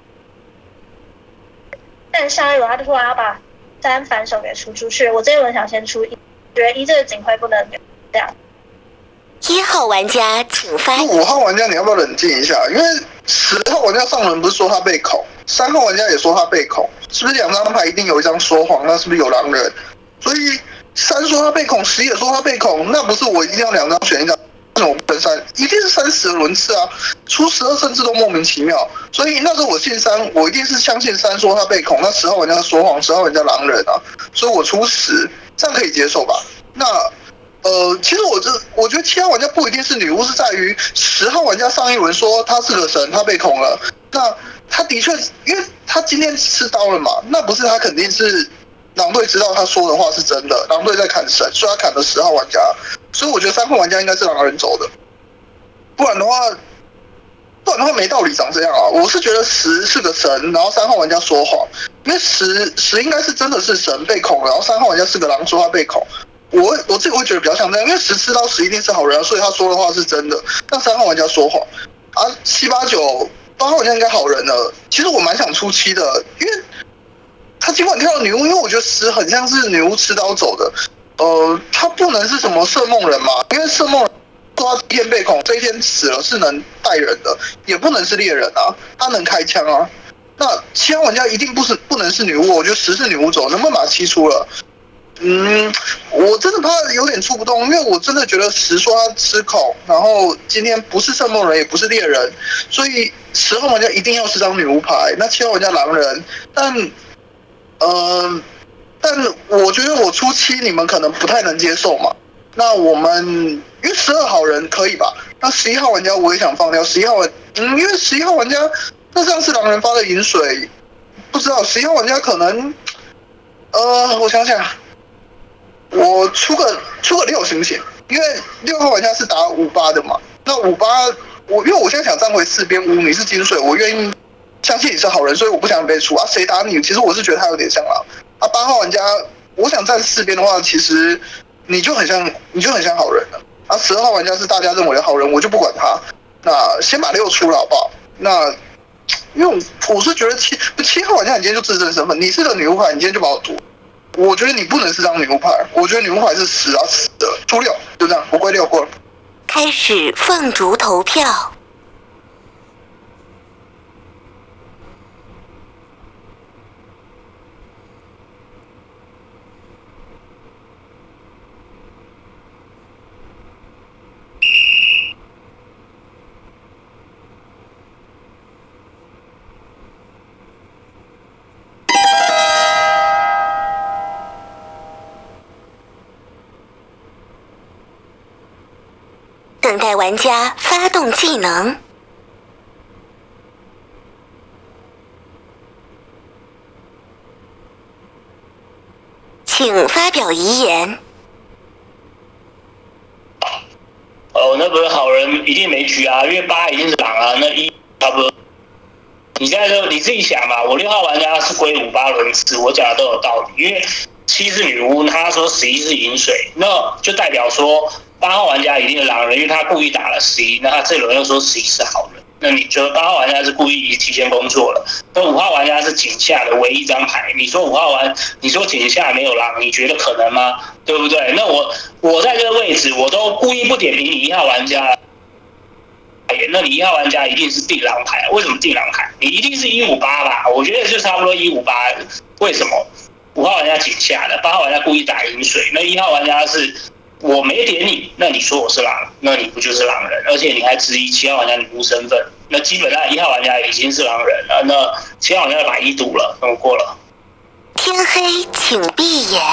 但上一轮他就突然要把三反手给出出去，我这一轮想先出一，觉得一这个警徽不能这样。 一号玩家请发言。 五号玩家你要不要冷静一下？因为十号玩家上轮不是说他被恐，三号玩家也说他被恐，是不是两张牌一定有一张说谎？那是不是有狼人？所以三说他被恐，十也说他被恐，那不是我一定要两张选一张？为什么不分三？一定是三十的轮次啊，出十二甚至都莫名其妙。所以那时候我信三，我一定是相信三说他被恐，那十号玩家说谎，十号玩家狼人啊，所以我出十，这样可以接受吧？那呃，其实我这我觉得七号玩家不一定是女巫，是在于十号玩家上一轮说他是个神，他被恐了，那他的确，因为他今天吃刀了嘛，那不是他肯定是。狼队知道他说的话是真的，狼队在砍神，所以他砍了十号玩家，所以我觉得三号玩家应该是狼人走的，不然的话，不然的话没道理长这样啊！我是觉得十是个神，然后三号玩家说谎，因为十十应该是真的是神被恐，然后三号玩家是个狼说他被恐，我我自己会觉得比较像这样，因为十吃到十一定是好人啊，所以他说的话是真的，但三号玩家说谎啊，七八九八号玩家应该好人了，其实我蛮想出七的，因为。他尽管跳了女巫，因为我觉得十很像是女巫持刀走的，呃，他不能是什么摄梦人嘛，因为摄梦人说他第一天被恐，这一天死了是能带人的，也不能是猎人啊，他能开枪啊。那七号玩家一定不是不能是女巫，我觉得十是女巫走，能不能把七出了？嗯，我真的怕有点出不动，因为我真的觉得十说他吃恐，然后今天不是摄梦人，也不是猎人，所以十号玩家一定要是张女巫牌，那七号玩家狼人，但。呃，但我觉得我出七你们可能不太能接受嘛。那我们因为十二好人可以吧？那十一号玩家我也想放掉。十一号玩，嗯，因为十一号玩家那上次狼人发的饮水，不知道十一号玩家可能，呃，我想想，我出个出个六行不行？因为六号玩家是打五八的嘛。那五八我因为我现在想站回四边五，你是金水，我愿意。相信你是好人，所以我不想被出啊！谁打你？其实我是觉得他有点像狼啊。八号玩家，我想站四边的话，其实你就很像，你就很像好人了啊。十二号玩家是大家认为的好人，我就不管他。那先把六出了好不好？那因为我是觉得七七号玩家，你今天就自证身份，你是个女巫牌，你今天就把我毒。 我觉得你不能是张牛排，我觉得牛排是死啊死的，出六就这样，不归六过了。 开始凤竹投票。等待玩家发动技能，请发表遗言。 哦，那不是好人一定没局啊，因为八一定是狼啊，那一差不多。你现在就你自己想嘛，我六号玩家是归五八轮次，我讲的都有道理，因为七是女巫，他说十一是饮水，那就代表说八号玩家一定是狼人，因为他故意打了十一，那他这轮又说十一是好人，那你觉得八号玩家是故意提前工作了？那五号玩家是井下的唯一一张牌，你说五号玩，你说井下没有狼，你觉得可能吗？对不对？那我我在这个位置，我都故意不点评你一号玩家。那你一号玩家一定是定狼牌，为什么定狼牌？你一定是一五八吧？我觉得就差不多一五八。为什么？五号玩家井下的，八号玩家故意打饮水，那一号玩家是我没点你，那你说我是狼，那你不就是狼人？而且你还质疑七号玩家女巫身份，那基本上一号玩家已经是狼人了，那七号玩家把一赌了，那我过了。 天黑，请闭眼。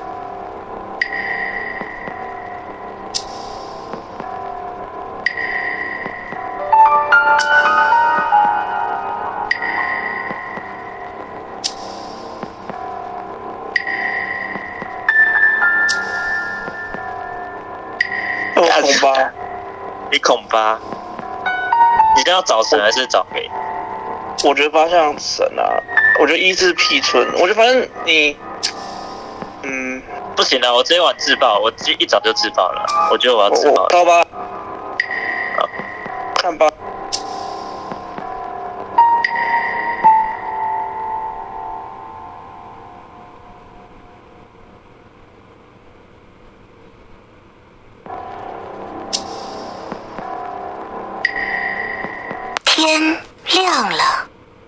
恐八，你恐八，你是要找神还是找鬼？ 我觉得八像神啊，我觉得一是屁春，我觉得反正你，嗯， 不行啊，我这一晚自爆，我一早就自爆了，我觉得我要自爆了。 刀八，看八。 天亮了，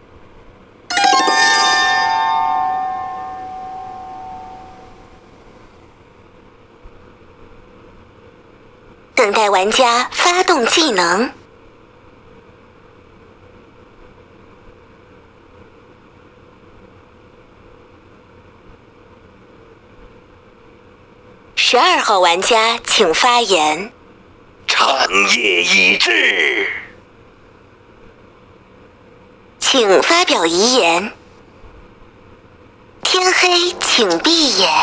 等待玩家发动技能，十二号玩家请发言。 长夜已至。 请发表遗言。天黑，请闭眼。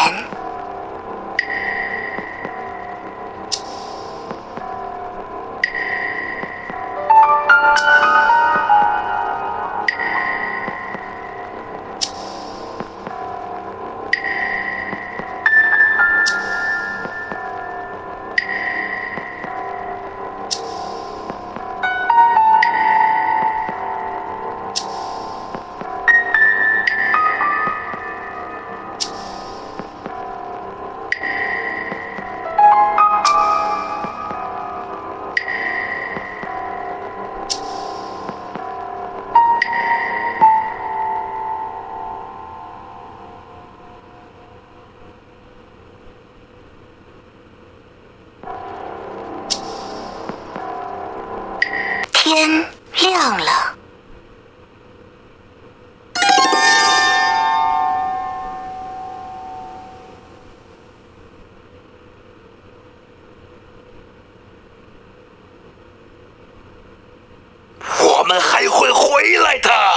天亮了， 我们还会回来的。